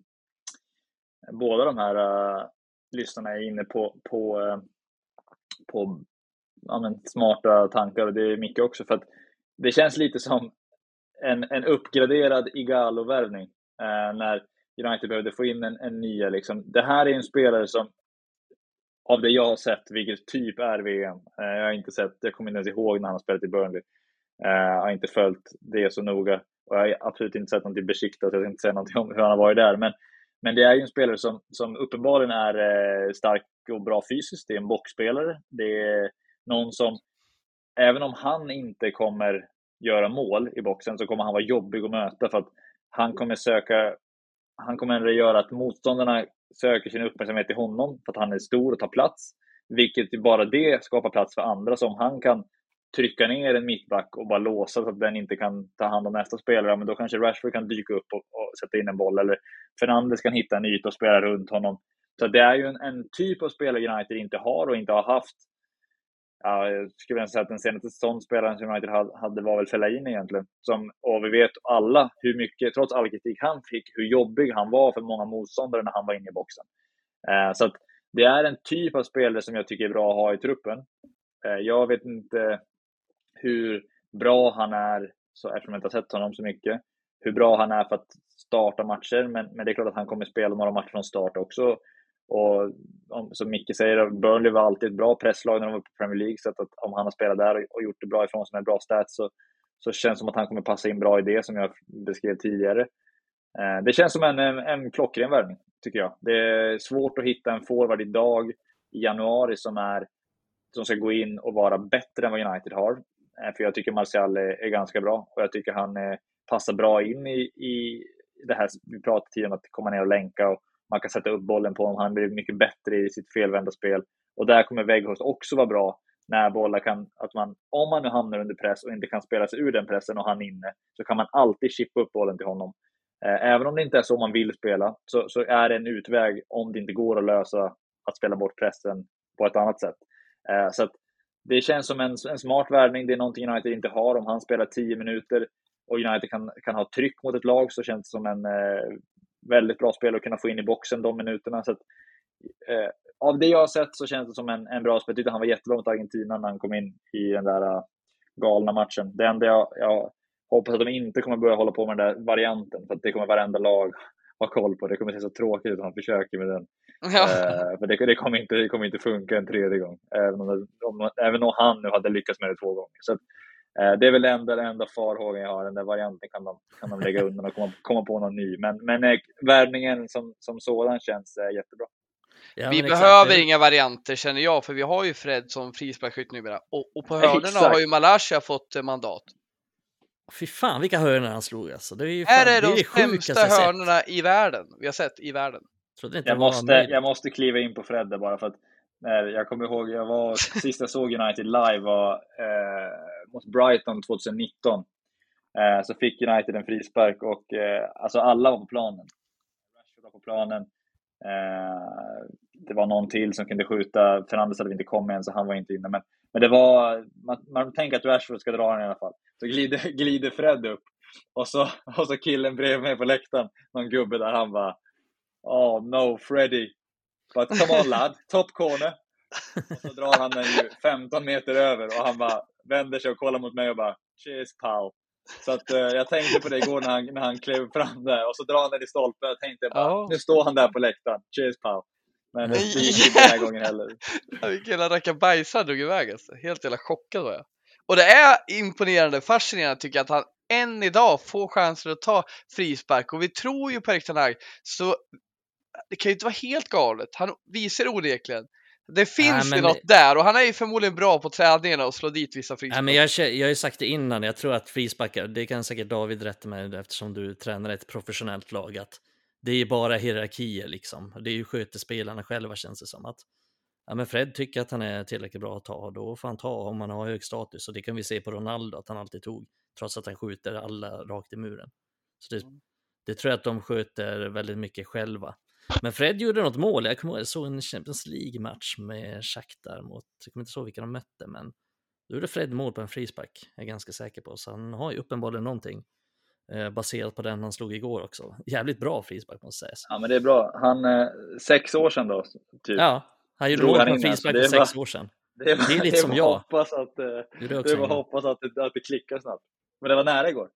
båda de här eh, lyssnarna är inne på, på, eh, på ja, men, smarta tankar, och det är mycket också. För att det känns lite som en, en uppgraderad Igalo-värvning eh, när United behövde få in en, en nya. Liksom. Det här är en spelare som, av det jag har sett, vilket typ är V M. Eh, jag har inte sett, jag kommer inte ens ihåg när han har spelat i Burnley. Eh, jag har inte följt det så noga. Och jag har absolut inte sett något i Besiktas, så jag ska inte säga något om hur han har varit där. Men, men det är ju en spelare som, som uppenbarligen är eh, stark och bra fysiskt. Det är en boxspelare. Det är någon som, även om han inte kommer göra mål i boxen, så kommer han vara jobbig att möta, för att han kommer söka, han kommer göra att motståndarna söker sin uppmärksamhet till honom för att han är stor och tar plats, vilket bara det skapar plats för andra. Så om han kan trycka ner en mittback och bara låsa så att den inte kan ta hand om nästa spelare, men då kanske Rashford kan dyka upp och, och sätta in en boll, eller Fernandes kan hitta en yta och spela runt honom. Så det är ju en, en typ av spelare United inte har och inte har haft. Ja, jag skulle säga att den senaste säsongsspelaren som United hade var väl Fellaini egentligen. Som, och vi vet alla hur mycket, trots all kritik han fick, hur jobbig han var för många motståndare när han var inne i boxen. Eh, så att det är en typ av spelare som jag tycker är bra att ha i truppen. Eh, jag vet inte hur bra han är, så eftersom jag inte har sett honom så mycket, hur bra han är för att starta matcher. Men, men det är klart att han kommer spela några matcher från start också. Och som Micke säger, Burnley var alltid ett bra presslag när de var på Premier League, så att, att om han har spelat där och gjort det bra ifrån sig med bra stats, så, så känns det som att han kommer passa in bra i det som jag beskrev tidigare. Eh, det känns som en, en, en klockren värvning, tycker jag. Det är svårt att hitta en forward idag i januari som, är, som ska gå in och vara bättre än vad United har. Eh, för jag tycker Martial är, är ganska bra, och jag tycker han eh, passar bra in i, i det här, vi pratade tidigare om att komma ner och länka och man kan sätta upp bollen på honom. Han blir mycket bättre i sitt felvända spel. Och där kommer Weghorst också vara bra när bollar kan, att man, om man nu hamnar under press och inte kan spela sig ur den pressen och han inne, så kan man alltid chippa upp bollen till honom. Även om det inte är så man vill spela, så, så är det en utväg om det inte går att lösa att spela bort pressen på ett annat sätt. Så att det känns som en, en smart värvning. Det är någonting United inte har. Om han spelar tio minuter och United kan, kan ha tryck mot ett lag, så känns det som en eh, väldigt bra spel att kunna få in i boxen de minuterna. Så att, eh, av det jag har sett så känns det som en, en bra spel. Jag tyckte han var jättebra mot Argentina när han kom in i den där uh, galna matchen. Det enda jag, jag hoppas att de inte kommer börja hålla på med den där varianten, för att det kommer varenda lag ha koll på. Det kommer se så tråkigt ut att han försöker med den. Ja. Uh, för det, det, kommer inte, det kommer inte funka en tredje gång. Även om, det, om, även om han nu hade lyckats med det två gånger. Så att, uh, det är väl den enda, enda farhågan jag har. Den där varianten kan de, kan de lägga undan och komma, komma på någon ny. Men, men uh, värvningen som, som sådan känns uh, jättebra. Ja, vi behöver exakt. Inga varianter känner jag, för vi har ju Fred som frisparksskytt numera. Och, och på hörnorna har ju Malacia fått uh, mandat. Fy fan, vilka hörnor han slog alltså. Det är ju fan, är det, det är de sämsta hörnorna i världen vi har sett i världen. Jag måste, jag måste kliva in på Fred bara för att när jag kommer ihåg, jag var sist jag såg United live var eh, mot Brighton tjugonitton. Eh, så fick United en frispark och eh, alltså alla var på planen. Rashford var på planen. Eh, det var någon till som kunde skjuta. Fernandes hade inte kommit än, så han var inte inne. Men, men det var, man, man tänker att Rashford ska dra den i alla fall. Så glider, glider Fred upp. Och så, och så killen bredvid mig på läktaren, någon gubbe där, han bara oh no Freddy, but come on lad, top corner. Och så drar han den ju femton meter över och han bara vänder sig och kollar mot mig och bara cheers pal. Så att uh, jag tänkte på det igår när han, när han klev fram där och så drar han den i stolpen. Jag tänkte bara, oh. nu står han där på läktaren, cheers pal. Men det gick inte den här gången heller. Vilken jävla rackabajs han drog iväg alltså. Helt jävla chockad var jag. Och det är imponerande, fascinerande tycker jag att han än idag får chanser att ta frispark. Och vi tror ju på Erik Ten Hag, så det kan ju inte vara helt galet. Han visar onekligen. Det finns ju något det... där, och han är ju förmodligen bra på träningarna och slå dit vissa frisparkar. Ja, men jag, jag har ju sagt det innan, jag tror att frisparkar, det kan säkert David rätta med eftersom du tränar ett professionellt lag, att det är bara hierarkier liksom. Det är ju skötespelarna själva, känns det som att ja, men Fred tycker att han är tillräckligt bra att ta, då får han ta om han har hög status, och det kan vi se på Ronaldo att han alltid tog, trots att han skjuter alla rakt i muren. Så det, det tror jag att de sköter väldigt mycket själva. Men Fred gjorde något mål, jag kommer ihåg, jag såg en Champions League-match med Shakhtar mot, jag kommer inte så vilka de mötte, men då gjorde Fred mål på en frispark, jag är ganska säker på, så han har ju uppenbarligen någonting eh, baserat på den han slog igår också. Jävligt bra frispark måste sägas. Ja, men det är bra. Han, eh, sex år sedan då, typ. Ja, han gjorde mål på en frispark för sex bara, år sedan. Det, var, det är lite det som jag. Hoppas att, eh, det, det var hoppas att det, att det klickar snabbt. Men det var nära igår.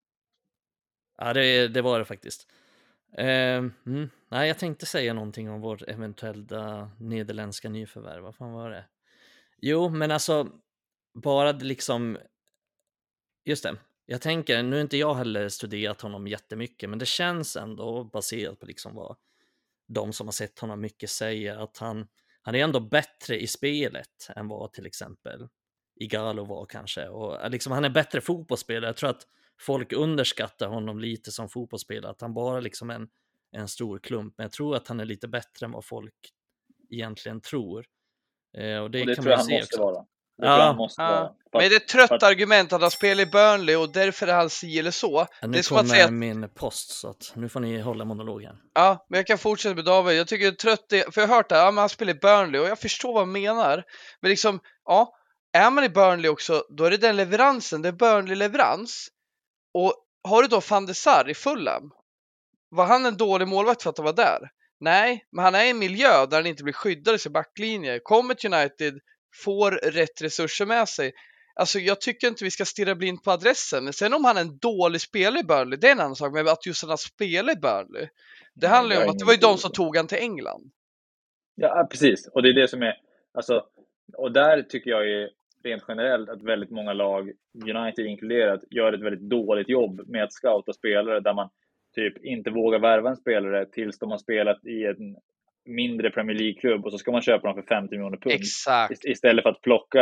Ja, det, det var det faktiskt. Uh, mm, nej, jag tänkte säga någonting om vårt eventuella nederländska nyförvärv. Vad fan var det? Jo, men alltså bara liksom just det. Jag tänker, nu är inte jag heller studerat honom jättemycket, men det känns ändå baserat på liksom vad de som har sett honom mycket säger, att han han är ändå bättre i spelet än vad till exempel Igalo var kanske, och liksom han är bättre fotbollsspelare. Jag tror att folk underskattar honom lite som fotbollsspelare, att han bara liksom en, en stor klump, men jag tror att han är lite bättre än vad folk egentligen tror. Eh, och det, och det kan tror man jag se han måste också. Vara. Det ja. han måste ja. vara. Men det är ett trött att... argument att han spelar i Burnley och därför är han si eller så. Ja, nu det är som kommer att säga att... min post, så att nu får ni hålla monologen. Ja, men jag kan fortsätta med David. Jag tycker det är trött, det... för jag har hört det, ja, men han spelar i Burnley och jag förstår vad han menar. Men liksom, ja, är man i Burnley också, då är det den leveransen, det är Burnley-leverans. Och har du då Van de Sar i Fulham? Var han en dålig målvakt för att han var där? Nej, men han är i en miljö där han inte blir skyddad i sin backlinje. Kommer till United, får rätt resurser med sig. Alltså jag tycker inte vi ska stirra blind på adressen. Men sen om han är en dålig spelare i Burnley, det är en annan sak. Men att just han spelar i Burnley, det Nej, handlar ju det om att det var ju de som tog han till England. Ja, precis. Och det är det som är, alltså, och där tycker jag är rent generellt att väldigt många lag, United inkluderat, gör ett väldigt dåligt jobb med att scouta spelare där man typ inte vågar värva en spelare tills de har spelat i en mindre Premier League-klubb och så ska man köpa dem för femtio miljoner pund. Exakt. Istället för att plocka,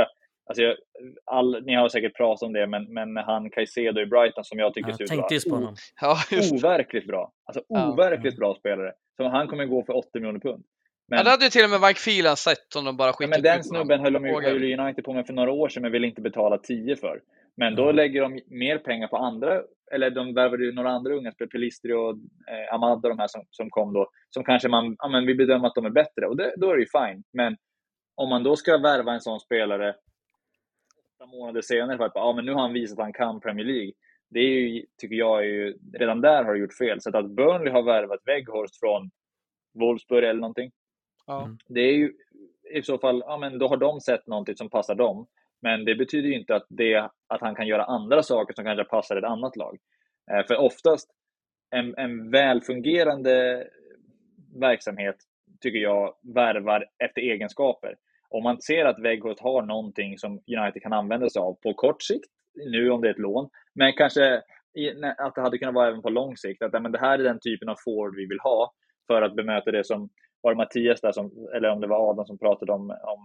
Alltså jag, all, ni har säkert pratat om det, men, men han Caicedo i Brighton som jag tycker Jag ser ut tänkte just på honom. Ja, just det. overkligt bra. Alltså Ja. overkligt bra spelare. Så han kommer gå för åttio miljoner pund. Men, Ja, det hade ju till och med Mike Phelan sett om de bara ja, skickat men den ut snubben höll, de, honom. höll ju United på med för några år sedan, men vill inte betala tio för. Men då Ja. lägger de mer pengar på andra, eller de värvade ju några andra unga spelare, Pelistri och eh, Amad och de här som, som kom då, som kanske man, ja men vi bedömer att de är bättre, och det, då är det ju fine. Men om man då ska värva en sån spelare åtta månader senare för att ja, men nu har han visat att han kan Premier League, det är ju, tycker jag är ju, redan där har det gjort fel. Så att Burnley har värvat Weghorst från Wolfsburg eller någonting, Ja. Mm. det är ju i så fall, ja men då har de sett någonting som passar dem. Men det betyder ju inte att, det, att han kan göra andra saker som kanske passar ett annat lag. Eh, för oftast en, en välfungerande verksamhet tycker jag värvar efter egenskaper. Om man ser att Weghorst har någonting som United kan använda sig av på kort sikt, nu om det är ett lån, men kanske i, att det hade kunnat vara även på lång sikt, att men det här är den typen av forward vi vill ha för att bemöta det som var det Mattias där som, eller om det var Adam som pratade om, om,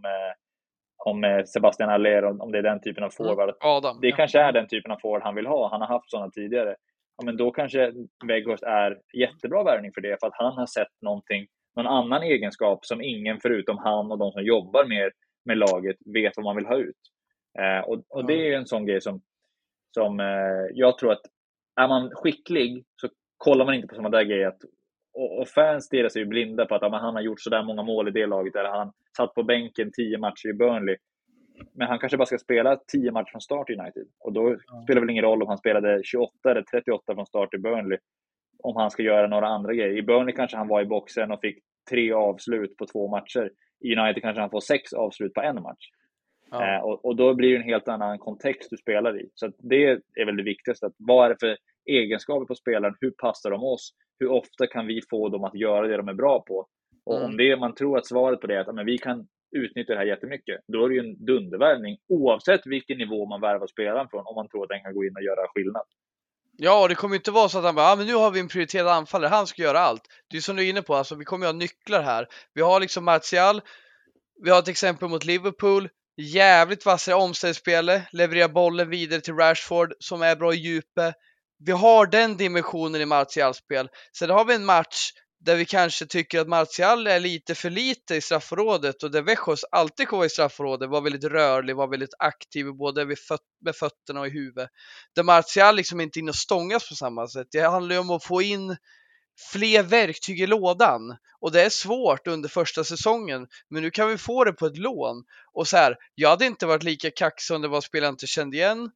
om Sebastian Haller, om det är den typen av forward. Mm, Adam. Det Ja. kanske är den typen av forward han vill ha. Han har haft sådana tidigare. Ja, men då kanske Weghorst är jättebra värvning för det, för att han har sett någonting, någon annan egenskap som ingen förutom han och de som jobbar med, med laget vet vad man vill ha ut. Eh, och, och Ja. det är ju en sån grej som, som eh, jag tror att är man skicklig så kollar man inte på sådana där grejer. Att, och, och fans stirrar sig ju blinda på att ja, men han har gjort så där många mål i det laget, eller han satt på bänken tio matcher i Burnley. Men han kanske bara ska spela tio matcher från start i United. Och då Ja. spelar det väl ingen roll om han spelade tjugoåtta eller trettioåtta från start i Burnley. Om han ska göra några andra grejer. I Burnley kanske han var i boxen och fick tre avslut på två matcher. I United kanske han får sex avslut på en match. Ja. Eh, och, och då blir det en helt annan kontext du spelar i. Så att det är väl det viktigaste. Att vad är det för egenskaper på spelaren? Hur passar de oss? Hur ofta kan vi få dem att göra det de är bra på? Och Mm. om det man tror att svaret på det är att men vi kan utnyttja det här jättemycket, då är det ju en dundervärvning oavsett vilken nivå man värvar spelaren från, om man tror att den kan gå in och göra skillnad. Ja, och det kommer inte vara så att han bara, ah, men nu har vi en prioriterad anfallare, han ska göra allt. Det är som du är inne på, alltså, vi kommer ju ha nycklar här. Vi har liksom Martial, vi har ett exempel mot Liverpool, jävligt vassare omställningsspelare, levererar bollen vidare till Rashford som är bra i djupet. Vi har den dimensionen i Martials spel. Sen har vi en match där vi kanske tycker att Martial är lite för lite i straffområdet, och där Weghorst alltid kom i straffområdet, var väldigt rörlig, var väldigt aktiv både vid föt- med fötterna och i huvudet. Där Martial liksom inte in och stångas på samma sätt. Det handlar ju om att få in fler verktyg i lådan, och det är svårt under första säsongen, men nu kan vi få det på ett lån. Och så här, jag hade inte varit lika kaxig om det var spelare jag inte kände igen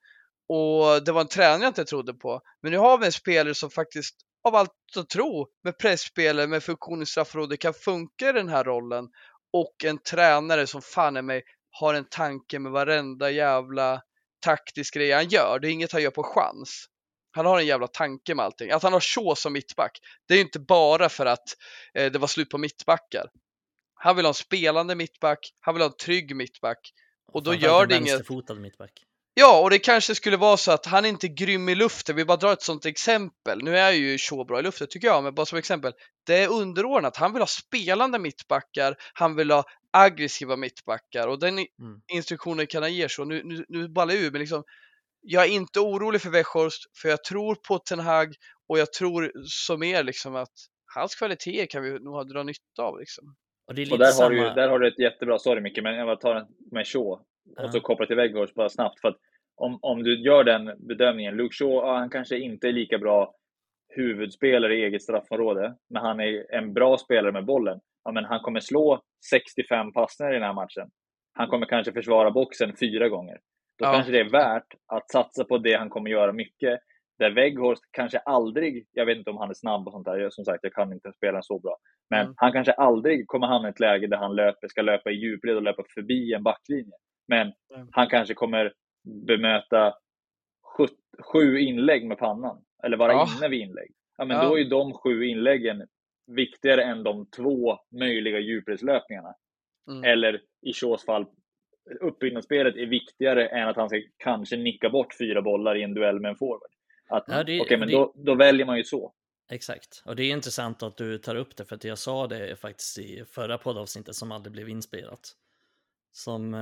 och det var en tränare jag inte trodde på, men nu har vi en spelare som faktiskt av allt att tro med pressspelare med funktion i straffområdet kan funka i den här rollen, och en tränare som fan är mig har en tanke med varenda jävla taktisk grej han gör. Det är inget han gör på chans. Han har en jävla tanke med allting. Att han har Shaw som mittback, det är ju inte bara för att eh, det var slut på mittbackar. Han vill ha en spelande mittback, han vill ha en trygg mittback, och då gör det inget. Vänsterfotad mittback. Ja, och det kanske skulle vara så att han inte är grym i luften. Vi bara drar ett sånt exempel. Nu är ju Shaw bra i luften tycker jag, men bara som exempel. Det är underordnat. Han vill ha spelande mittbackar. Han vill ha aggressiva mittbackar. Och den mm. instruktionen kan han ge så. Nu, nu, nu ballar jag ur, men liksom, jag är inte orolig för Weghorst, för jag tror på Ten Hag, och jag tror som er liksom att hans kvalitet kan vi nog ha dra nytta av liksom. Och, det är lite och där, samma... har du, där har du ett jättebra, sorry Micke, men jag tar den med Shaw och Ja. så kopplar till Weghorst bara snabbt, för att om, om du gör den bedömningen, Luke Shaw, ja, han kanske inte är lika bra huvudspelare i eget straffområde, men han är en bra spelare med bollen. Ja, men han kommer slå sextiofem passningar i den här matchen. Han kommer kanske försvara boxen fyra gånger. Då Ja. kanske det är värt att satsa på det han kommer göra mycket. Där Weghorst kanske aldrig, jag vet inte om han är snabb och sånt där, som sagt jag kan inte spela så bra, men Mm. han kanske aldrig kommer hamna i ett läge där han löper, ska löpa i djupled och löpa förbi en backlinje. Men Mm. han kanske kommer bemöta sju, sju inlägg med pannan, eller vara Ja. inne vid inlägg. Ja, men Ja. då är ju de sju inläggen viktigare än de två möjliga djupledslöpningarna. Mm. Eller i Shaws fall, uppbyggnadsspelet är viktigare än att han ska kanske nicka bort fyra bollar i en duell med en forward. Att, Ja, det- okej, men det- då, då väljer man ju så. Exakt, och det är intressant att du tar upp det, för att jag sa det faktiskt i förra poddavsnittet som aldrig blev inspelat. Som, eh,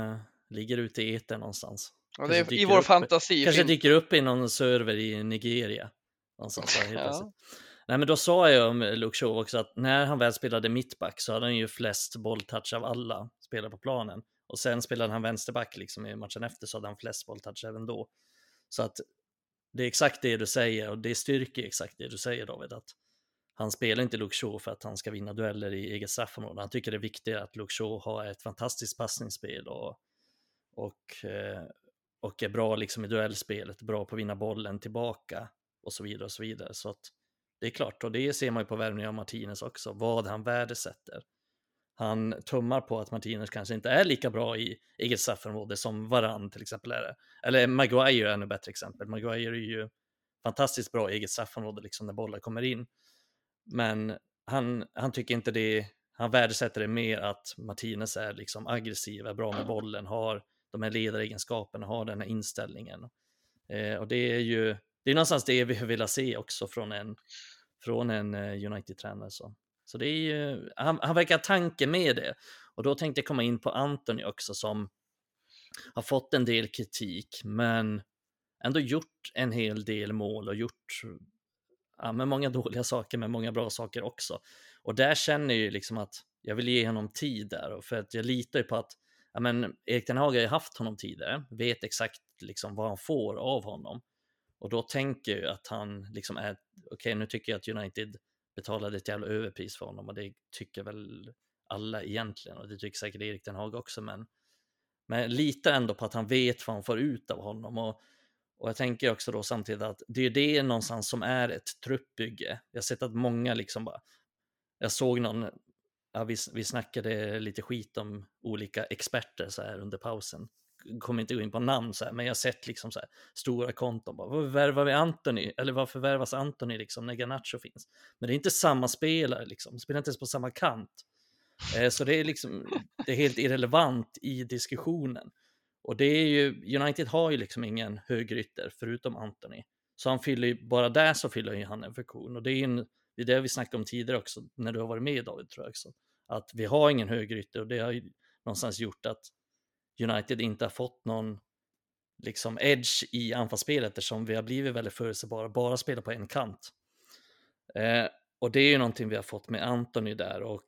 ligger ute i etern någonstans. Ja, det är i dyker vår upp- fantasi. Kanske fin- dyker upp i någon server i Nigeria. Någonstans där, helt Ja. plötsligt. Nej, men då sa jag om Luke Shaw också att när han väl spelade mittback så hade han ju flest bolltouch av alla spelare på planen. Och sen spelade han vänsterback liksom i matchen efter, så hade han flest bolltouch även då. Så att det är exakt det du säger, och det styrker exakt det du säger, David, att han spelar inte Luke Shaw för att han ska vinna dueller i eget straffområde. Han tycker det är viktigare att Luke Shaw har ett fantastiskt passningsspel och, och, eh, och är bra liksom i duellspelet, bra på att vinna bollen tillbaka och så vidare och så vidare. Så att det är klart, och det ser man ju på värvningen av Martinez också, vad han värdesätter. Han tummar på att Martinez kanske inte är lika bra i eget straffområde som Varane till exempel är det. Eller Maguire är ännu bättre exempel. Maguire är ju fantastiskt bra i eget straffområde liksom när bollar kommer in. Men han, han tycker inte det, han värdesätter det mer att Martinez är liksom aggressiv, är bra med bollen, har de här ledaregenskaperna, har den här inställningen. Eh, och det är ju det är någonstans det vi vill se också från en, från en United-tränare. Så. Så det är ju, han, han verkar ha tanke med det. Och då tänkte jag komma in på Antony också, som har fått en del kritik men ändå gjort en hel del mål och gjort ja, med många dåliga saker men många bra saker också. Och där känner jag ju liksom att jag vill ge honom tid där, för att jag litar ju på att ja, men Erik ten Hag har ju haft honom tidigare, vet exakt liksom vad han får av honom. Och då tänker jag att han liksom är, okej okay, nu tycker jag att United betalade ett jävla överpris för honom, och det tycker väl alla egentligen, och det tycker säkert Erik ten Hag också, men, men litar ändå på att han vet vad han får ut av honom. Och, och jag tänker också då samtidigt att det är det någonstans som är ett truppbygge. Jag har sett att många liksom bara, jag såg någon, ja, vi, vi snackade lite skit om olika experter så här under pausen, kommer inte gå in på namn så här, men jag har sett liksom så här stora konton bara, varför värvar vi Antony, eller varför värvas Antony liksom när Garnacho finns? Men det är inte samma spelare liksom, spelar inte ens på samma kant, eh, så det är liksom det är helt irrelevant i diskussionen. Och det är ju, United har ju liksom ingen högerytter förutom Antony, så han fyller ju, bara där så fyller ju han en funktion. Och det är, en, det är det vi snackade om tidigare också, när du har varit med, David, tror jag också, att vi har ingen högerytter, och det har ju någonstans gjort att United inte har fått någon liksom edge i anfallsspelet, eftersom vi har blivit väldigt förutsägbara, bara spela på en kant. Eh, och det är ju någonting vi har fått med Antony där, och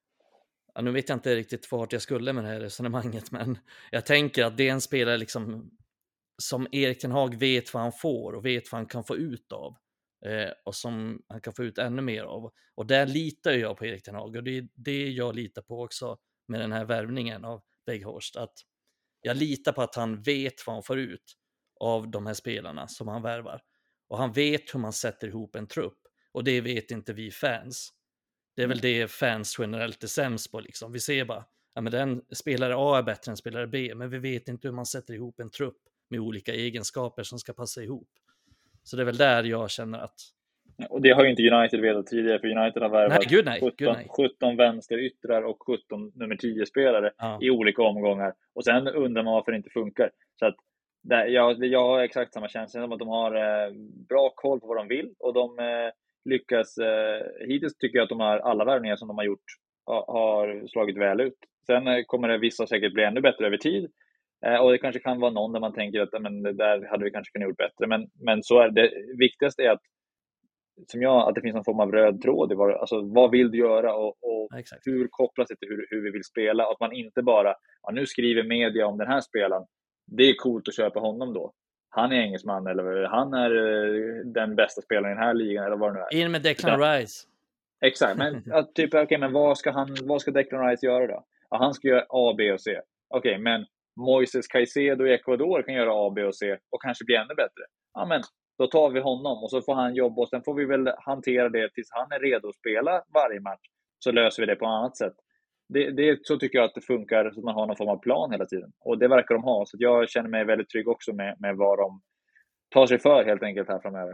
ja, nu vet jag inte riktigt vart jag skulle med det här resonemanget, men jag tänker att det är en spelare liksom som Erik ten Hag vet vad han får och vet vad han kan få ut av, eh, och som han kan få ut ännu mer av. Och där litar jag på Erik ten Hag, och det är det jag litar på också med den här värvningen av Weghorst, att jag litar på att han vet vad han får ut av de här spelarna som han värvar. Och han vet hur man sätter ihop en trupp. Och det vet inte vi fans. Det är väl det fans generellt är sämst på. Liksom. Vi ser bara, ja, men den spelare A är bättre än spelare B. Men vi vet inte hur man sätter ihop en trupp med olika egenskaper som ska passa ihop. Så det är väl där jag känner att... Och det har ju inte United vetat tidigare, för United har värvat nej, gud nej, sjutton, gud nej. sjutton vänsteryttrar och sjutton nummer tio-spelare Ja. i olika omgångar. Och sen undrar man varför det inte funkar. Så att där, jag, jag har exakt samma känsla som att de har eh, bra koll på vad de vill, och de eh, lyckas. Eh, hittills tycker jag att de har alla värvningar som de har gjort ha, har slagit väl ut. Sen eh, kommer det vissa säkert bli ännu bättre över tid. Eh, och det kanske kan vara någon där man tänker att men, det där hade vi kanske kunnat gjort bättre. Men, men så är det. Det viktigaste är att som jag, att det finns någon form av röd tråd i vad, alltså, vad vill du göra, och, och hur kopplas det till hur, hur vi vill spela. Att man inte bara, ja, nu skriver media om den här spelaren, det är coolt att köpa honom då. Han är engelsman, eller han är uh, den bästa spelaren i den här ligan, eller vad det nu är. In med Declan Rice. Exakt, men att, typ, okej, okay, men vad ska han, vad ska Declan Rice göra då? Ja, han ska göra A, B och C. Okej, okay, men Moises Caicedo i Ecuador kan göra A, B och C och kanske bli ännu bättre. Ja, men då tar vi honom och så får han jobba, och sen får vi väl hantera det tills han är redo att spela varje match. Så löser vi det på ett annat sätt. Det, det, så tycker jag att det funkar, så att man har någon form av plan hela tiden. Och det verkar de ha. Så jag känner mig väldigt trygg också med, med vad de tar sig för helt enkelt här framöver.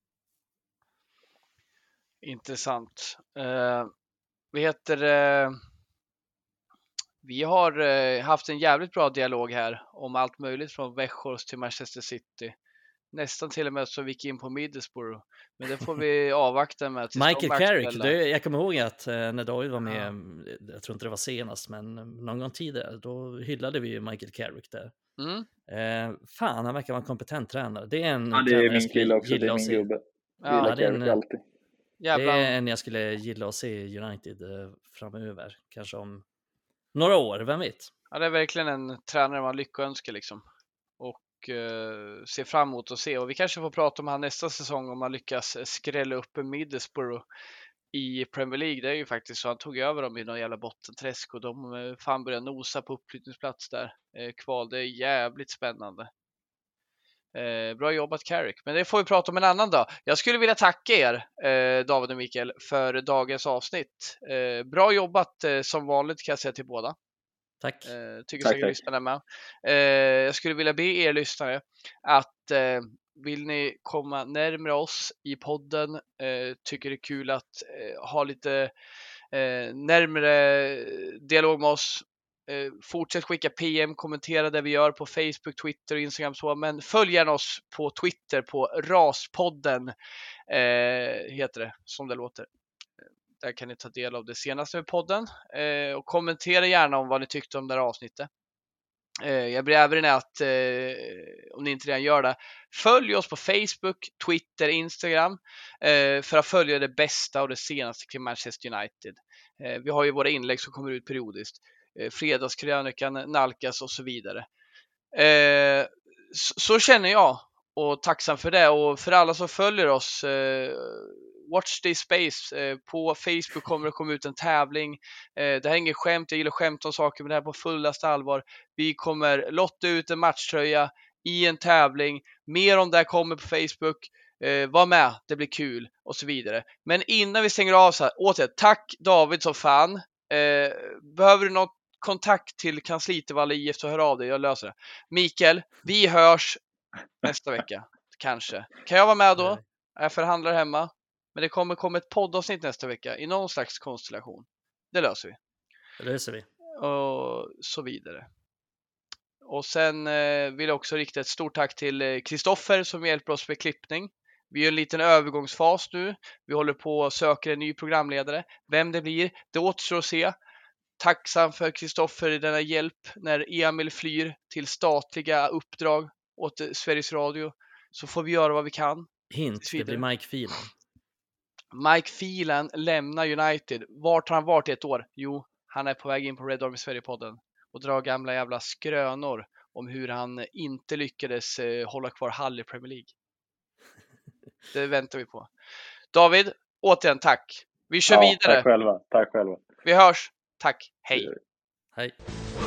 Intressant. Uh, vad heter uh, vi har uh, haft en jävligt bra dialog här om allt möjligt från Weghorst till Manchester City. nästan till och med så vi gick in på Middlesbrough. Men det får vi avvakta med. Michael Carrick, det, jag kommer ihåg att när David var med, ja. jag tror inte det var senast, men någon gång tidigare, då hyllade vi Michael Carrick där. Mm. Eh, fan, han verkar vara en kompetent tränare. Det är en ja, det är min kille också, det är min gubbe. Ja, det, är en, alltid. det är en jag skulle gilla att se United eh, framöver. Kanske om några år, vem vet? Ja, det är verkligen en tränare man lyckönskar liksom. Och eh, ser fram emot att se. Och vi kanske får prata om han nästa säsong om man lyckas skrälla upp en Middlesbrough i Premier League. Det är ju faktiskt så. Han tog över dem i någon jävla bottenträsk och de eh, fan började nosa på uppflyttningsplats där. Eh, kval. Det är jävligt spännande. Eh, bra jobbat Carrick. Men det får vi prata om en annan dag. Jag skulle vilja tacka er eh, David och Mikael för dagens avsnitt. Eh, bra jobbat eh, som vanligt kan jag säga till båda. Tack. Eh, tycker tack, säkert lyssnarna med. Eh, jag skulle vilja be er lyssnare att eh, vill ni komma närmare oss i podden, eh, tycker det är kul att eh, ha lite eh, närmare dialog med oss. Eh, fortsätt skicka P M, kommentera det vi gör på Facebook, Twitter och Instagram så, men följ gärna oss på Twitter på Raspodden eh, heter det som det låter. Där kan ni ta del av det senaste med podden eh, och kommentera gärna om vad ni tyckte om det här avsnittet. Eh, jag blir även att eh, om ni inte redan gör det, följ oss på Facebook, Twitter, Instagram eh, för att följa det bästa och det senaste kring Manchester United. Eh, vi har ju våra inlägg som kommer ut periodiskt. Eh, fredagskrönikan nalkas och så vidare. Eh, så, så känner jag och tacksam för det och för alla som följer oss. Eh, Watch this space. Eh, på Facebook kommer det komma ut en tävling. Eh, det här är inget skämt, jag gillar skämt om saker, men det här är på fullaste allvar. Vi kommer lotta ut en matchtröja i en tävling. Mer om det här kommer på Facebook. Eh, var med, det blir kul och så vidare. Men innan vi stänger av så här, återigen, tack David som fan. Eh, behöver du något kontakt till Kanslitevall I F så hör av dig, jag löser det. Mikael, vi hörs nästa vecka, kanske. Kan jag vara med då? Jag förhandlar hemma. Men det kommer komma ett poddavsnitt nästa vecka i någon slags konstellation. Det löser vi. Det löser vi. Och så vidare. Och sen eh, vill jag också rikta ett stort tack till Kristoffer som hjälper oss med klippning. Vi är en liten övergångsfas nu. Vi håller på att söka en ny programledare. Vem det blir, det återstår att se. Tacksam för Kristoffer i denna hjälp när Emil flyr till statliga uppdrag åt Sveriges Radio. Så får vi göra vad vi kan. Hint, det blir Mike Phelan. Mike Phelan lämnar United. Vart har han varit i ett år? Jo, han är på väg in på Red Army Sverige-podden och drar gamla jävla skrönor om hur han inte lyckades eh, hålla kvar Hull i Premier League. Det väntar vi på. David, återigen tack. Vi kör ja, vidare. Tack själva. Tack själva. Vi hörs. Tack. Hej. Hej.